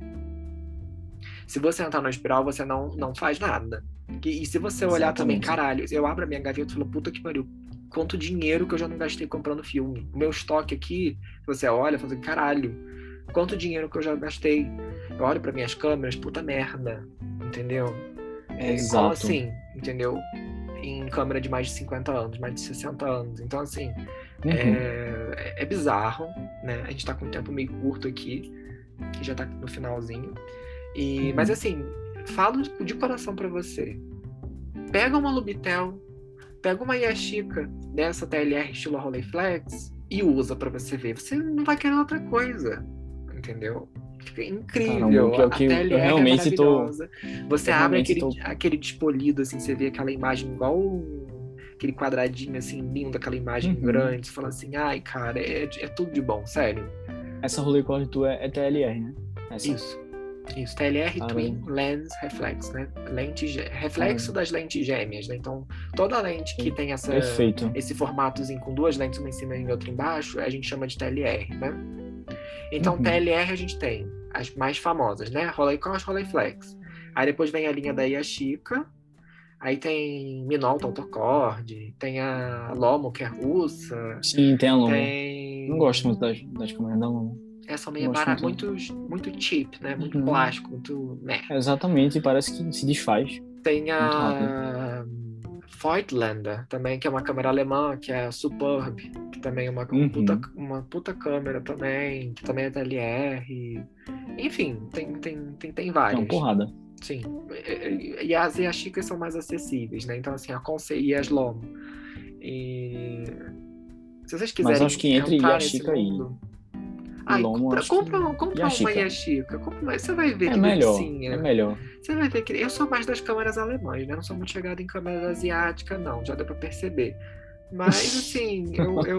Se você entrar numa espiral, você não faz nada. E se você olhar também, Exatamente. caralho, eu abro a minha gaveta e falo, puta que pariu, quanto dinheiro que eu já não gastei comprando filme. O meu estoque aqui, você olha e fala assim, caralho, quanto dinheiro que eu já gastei. Eu olho para minhas câmeras, puta merda, entendeu? Como Exato. assim, entendeu? Em câmera de mais de 50 anos, mais de 60 anos. Então, assim, Uhum. é bizarro, né? A gente tá com um tempo meio curto aqui, que já tá no finalzinho. Mas Uhum. assim, falo de coração pra você. Pega uma Lubitel, pega uma Yashica dessa TLR estilo Rolleiflex e usa pra você ver. Você não vai querer outra coisa, entendeu? Fica Caramba, o incrível. pior A que eu TLR é realmente tô. maravilhosa. Você Eu abre realmente tô. aquele despolido, assim, você vê aquela imagem igual aquele quadradinho assim, lindo, aquela imagem Uhum. grande. Você fala assim, ai, cara, é tudo de bom, sério. Essa rolê tu é TLR, né? Essa. Isso. Isso, TLR Twin Caramba. Lens Reflex, né? Reflexo Caramba. das lentes gêmeas, né? Então, toda lente que tem Perfeito. esse formatozinho com duas lentes, uma em cima e outra embaixo, a gente chama de TLR, né? Então, Uhum. TLR a gente tem as mais famosas, né? Rolleicord, Rolleiflex. Aí depois vem a linha da Yashica, aí tem Minolta Autocord, tem a Lomo, que é russa, Sim, tem a Lomo. Não gosto muito tem das câmeras da Lomo. essa Não meio gosto barata, muito. muito cheap, né? Muito Uhum. plástico, muito meh. Exatamente, parece que se desfaz Tem muito rápido. a Voigtlander também, que é uma câmera alemã, que é a Superb, que também é Uhum. uma puta câmera também, que também é DLR. Enfim, tem Tem uma várias. porrada. Sim. E as Chicas são mais acessíveis, né? Então, assim, aconselho e as Lomo. E se vocês Mas acho quiserem que entre entrar nesse Yashica mundo, e ai, Lomo, acho que compra uma Yashica Yashica. Você vai ver é que melhor. É delicinha. melhor. Você vai ver que. Eu sou mais das câmeras alemãs, né? Não sou muito chegado em câmeras asiáticas, não. Já deu pra perceber. Mas, assim,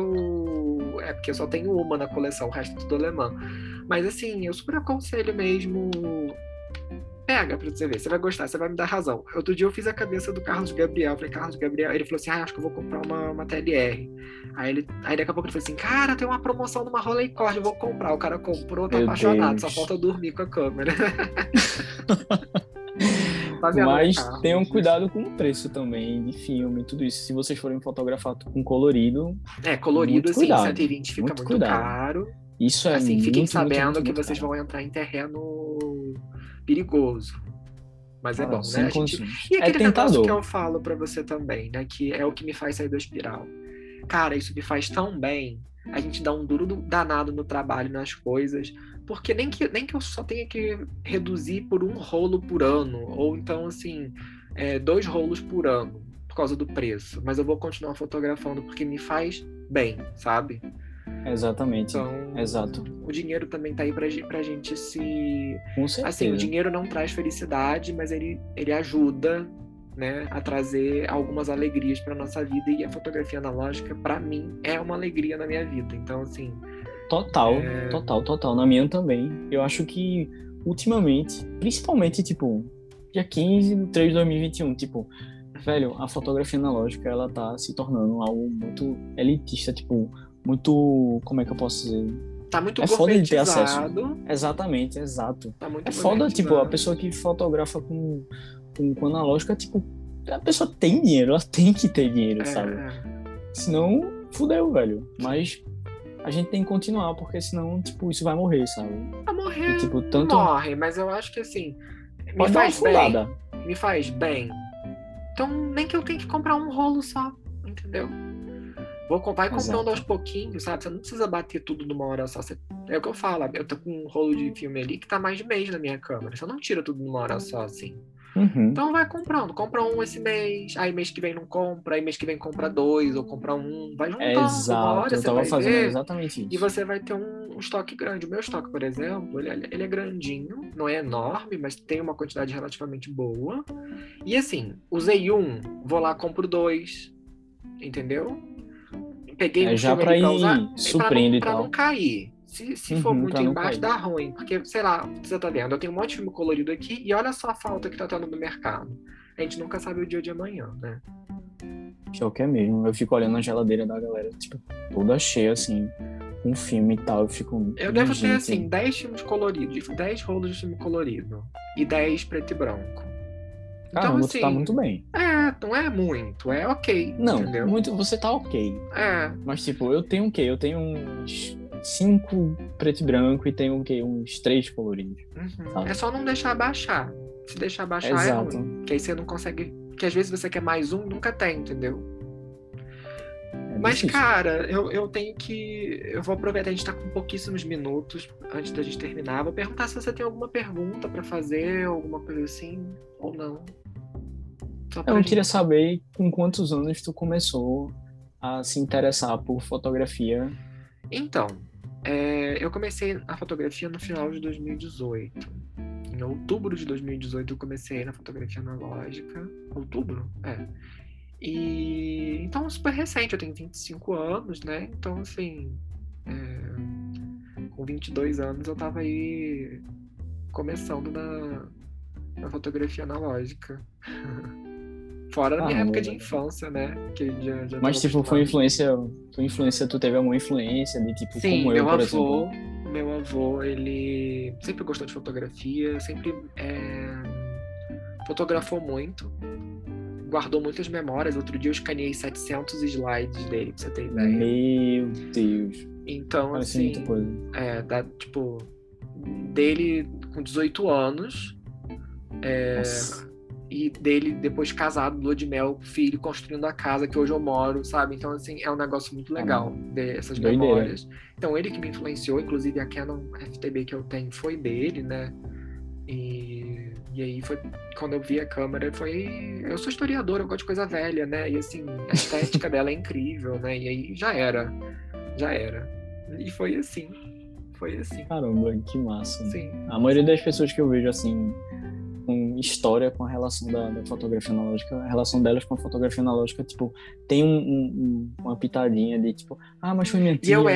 É porque eu só tenho uma na coleção, o resto é tudo alemão. Mas, assim, eu super aconselho mesmo Pega pra você ver, você vai gostar, você vai me dar razão. Outro dia eu fiz a cabeça do Carlos Gabriel, falei, Carlos Gabriel, ele falou assim, acho que eu vou comprar uma TLR. Aí daqui a pouco ele falou assim, cara, tem uma promoção numa Rolleicord, eu vou comprar. O cara comprou, tá Meu apaixonado, só Deus. falta dormir com a câmera. Tá vendo, né, Mas tenham Carlos? cuidado com o preço também de filme e tudo isso. Se vocês forem fotografar com colorido, Colorido, muito assim, cuidado. 120 fica Muito muito cuidado. caro. Isso é Assim, fiquem muito, muito, sabendo muito, que muito vocês caro. vão entrar em terreno perigoso. Mas é Cara, bom, né? sem A gente... condições. E É aquele negócio que tentador. eu falo pra você também, né? Que é o que me faz sair do espiral. Cara, isso me faz tão bem. A gente dá um duro danado no trabalho, nas coisas. Porque nem que eu só tenha que reduzir por um rolo por ano. Ou então, assim, 2 rolos por ano. Por causa do preço. Mas eu vou continuar fotografando porque me faz bem, sabe? Exatamente. Então, Exato. o dinheiro também tá aí pra gente se... Com Assim, o certeza. dinheiro não traz felicidade, mas ele ajuda, né, a trazer algumas alegrias pra nossa vida. E a fotografia analógica, pra mim, é uma alegria na minha vida. Então, assim... Total, total, total. Na minha também. Eu acho que, ultimamente, principalmente, tipo, dia 15 de 3 de 2021, tipo, velho, a fotografia analógica, ela tá se tornando algo muito elitista, tipo, muito, como é que eu posso dizer? Tá muito É foda de ter acesso. gourmetizado. Exatamente, exato. Tá muito É foda, tipo, a gourmetizado. pessoa que fotografa com analógica, tipo, a pessoa tem dinheiro, ela tem que ter dinheiro, sabe? Senão, fudeu, velho. Mas a gente tem que continuar, porque senão, tipo, isso vai morrer, sabe? A E, morrer tipo, não tanto... morre, mas eu acho que, assim, me Pode dar uma faz bem. afundada. Me faz bem. Então, nem que eu tenha que comprar um rolo só, entendeu? Vou comprar e comprando aos Exato. pouquinhos, sabe? Você não precisa bater tudo numa hora só. É o que eu falo, eu tô com um rolo de filme ali que tá mais de mês na minha câmera. Você não tira tudo numa hora só, assim. Uhum. Então vai comprando. Compra um esse mês, aí mês que vem não compra, aí mês que vem compra 2, ou compra um. Vai juntando. Uma Exato. hora Eu você tava vai fazendo ver exatamente e isso. você vai ter um estoque grande. O meu estoque, por exemplo, ele é grandinho, não é enorme, mas tem uma quantidade relativamente boa. E assim, usei um, vou lá, compro 2, entendeu? Peguei um Já filme ali pra pra usar, ir suprindo e pra não tal. cair. Se for Uhum, muito pra não embaixo, cair. dá ruim. Porque, sei lá, você tá vendo, eu tenho um monte de filme colorido aqui e olha só a falta que tá tendo no mercado. A gente nunca sabe o dia de amanhã, né? Pior que é mesmo. Eu fico olhando a geladeira da galera, tipo, toda cheia, assim, com filme e tal. Eu fico, Eu minha devo ter, assim, gente. 10 filmes coloridos, 10 rolos de filme colorido e 10 preto e branco. Então, Caramba, tu tá muito assim, bem. não é muito, é ok, Não, entendeu? muito, você tá ok. É, Mas, tipo, eu tenho o quê? Eu tenho uns 5 preto e branco e tenho o quê? Uns 3 coloridos, sabe? é só não deixar baixar. Se deixar baixar é Exato. ruim, que aí você não consegue, que às vezes você quer mais um e nunca tem, entendeu? É Mas, difícil. cara, eu tenho que. Eu vou aproveitar, a gente tá com pouquíssimos minutos antes da gente terminar. Vou perguntar se você tem alguma pergunta pra fazer, alguma coisa assim, ou não. Só pra Eu queria gente. saber com quantos anos tu começou a se interessar por fotografia. Então, eu comecei a fotografia no final de 2018. Em outubro de 2018 eu comecei na fotografia analógica. Outubro? É. E então, super recente, eu tenho 25 anos, né? Então, assim, com 22 anos eu tava aí começando na fotografia analógica. Fora da minha Caramba, época de velho. infância, né? Que eu já tava Mas, tipo, acostumado. tu teve alguma influência de, tipo, Sim, como eu, por exemplo? meu avô, ele sempre gostou de fotografia, sempre fotografou muito, guardou muitas memórias. Outro dia eu escaneei 700 slides dele, pra você ter ideia. Meu Deus. Então, Parece muita assim, coisa. tipo, dele com 18 anos Nossa. e dele depois casado, lua de mel, filho, construindo a casa que hoje eu moro, sabe? Então, assim, é um negócio muito legal, essas Doideira. memórias. Então, ele que me influenciou, inclusive a Canon FTB que eu tenho foi dele, né? E aí foi quando eu vi a câmera, eu sou historiador, eu gosto de coisa velha, né? E assim, a estética dela é incrível, né? E aí já era. E foi assim. Caramba, que massa. Sim. A maioria das pessoas que eu vejo, assim, com história com a relação da fotografia analógica. A relação delas com a fotografia analógica, tipo, tem uma pitadinha de, tipo, mas foi minha tia.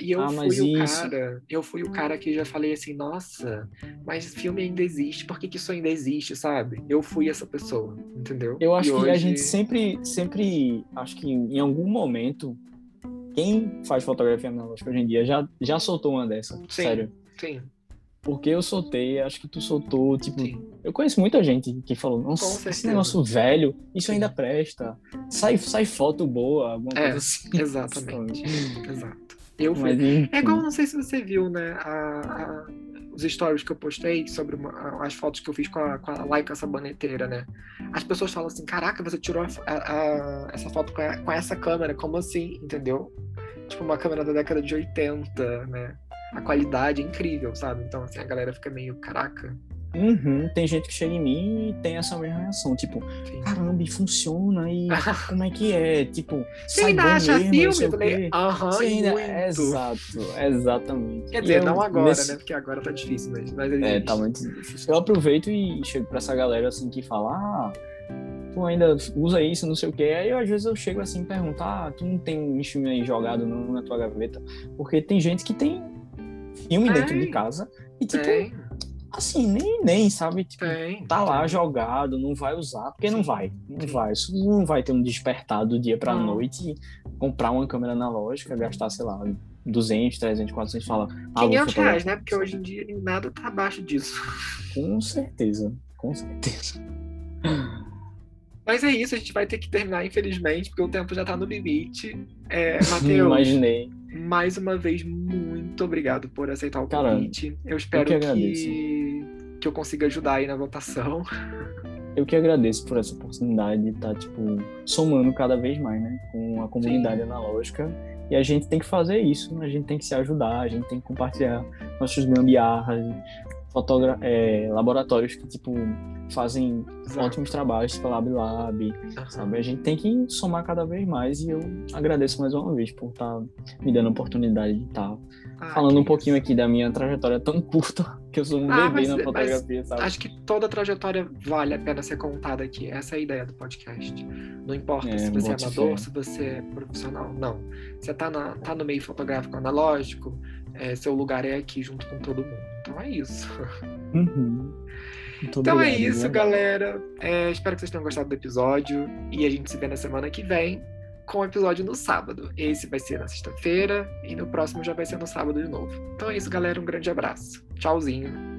Eu fui o cara que já falei assim, nossa, mas filme ainda existe, por que que isso ainda existe, sabe? Eu fui essa pessoa, entendeu? Eu acho E que hoje... a gente sempre, acho que em algum momento, quem faz fotografia analógica hoje em dia já soltou uma dessa, Sim, sério. sim. Porque eu soltei, acho que tu soltou, tipo... Sim. Eu conheço muita gente que falou, nossa, esse negócio velho, isso ainda presta. Sai foto boa, alguma coisa assim. Exatamente. Exato. Eu fui... Mas, É igual, não sei se você viu, né, os stories que eu postei sobre as fotos que eu fiz com a Leica saboneteira, né? As pessoas falam assim, caraca, você tirou essa foto com essa câmera, como assim, entendeu? Tipo, uma câmera da década de 80, né? A qualidade é incrível, sabe? Então, assim, a galera fica meio, caraca. Tem gente que chega em mim e tem essa mesma reação, tipo, caramba, funciona, e como é que é? Tipo, sai bom mesmo, não sei o quê. Você ainda... Exato, exatamente. Quer dizer, não agora, né? Porque agora tá difícil, mas existe. Tá muito difícil. Eu aproveito e chego pra essa galera, assim, que fala, tu ainda usa isso, não sei o quê. Aí, às vezes, eu chego assim e pergunto, tu não tem um filme aí jogado não na tua gaveta? Porque tem gente que tem filme dentro de casa e, tipo, assim, nem sabe, tipo, tá lá jogado, não vai usar, porque não vai. Isso não vai ter um despertar do dia pra noite, comprar uma câmera analógica, gastar, sei lá, 200, 300, 400, fala... R$500, né? Porque hoje em dia nada tá abaixo disso. Com certeza. Mas é isso, a gente vai ter que terminar, infelizmente, porque o tempo já tá no limite. Matheus, imaginei. Mais uma vez, muito obrigado por aceitar o convite. Eu espero que eu consiga ajudar aí na votação. Eu que agradeço por essa oportunidade de estar, tipo, somando cada vez mais, né, com a comunidade analógica. E a gente tem que fazer isso, a gente tem que se ajudar, a gente tem que compartilhar nossos gambiarras, laboratórios que, tipo, fazem ótimos trabalhos pela LabLab, sabe? A gente tem que somar cada vez mais, e eu agradeço mais uma vez por estar me dando a oportunidade de estar falando um pouquinho aqui da minha trajetória tão curta, que eu sou um bebê na fotografia, sabe? Acho que toda trajetória vale a pena ser contada aqui. Essa é a ideia do podcast. Não importa se você é amador, se você é profissional, não. Você tá no meio fotográfico analógico, seu lugar é aqui junto com todo mundo. Então é isso. Então obrigado, é isso, galera. Espero que vocês tenham gostado do episódio. E a gente se vê na semana que vem com o episódio no sábado. Esse vai ser na sexta-feira e no próximo já vai ser no sábado de novo. Então é isso, galera. Um grande abraço. Tchauzinho.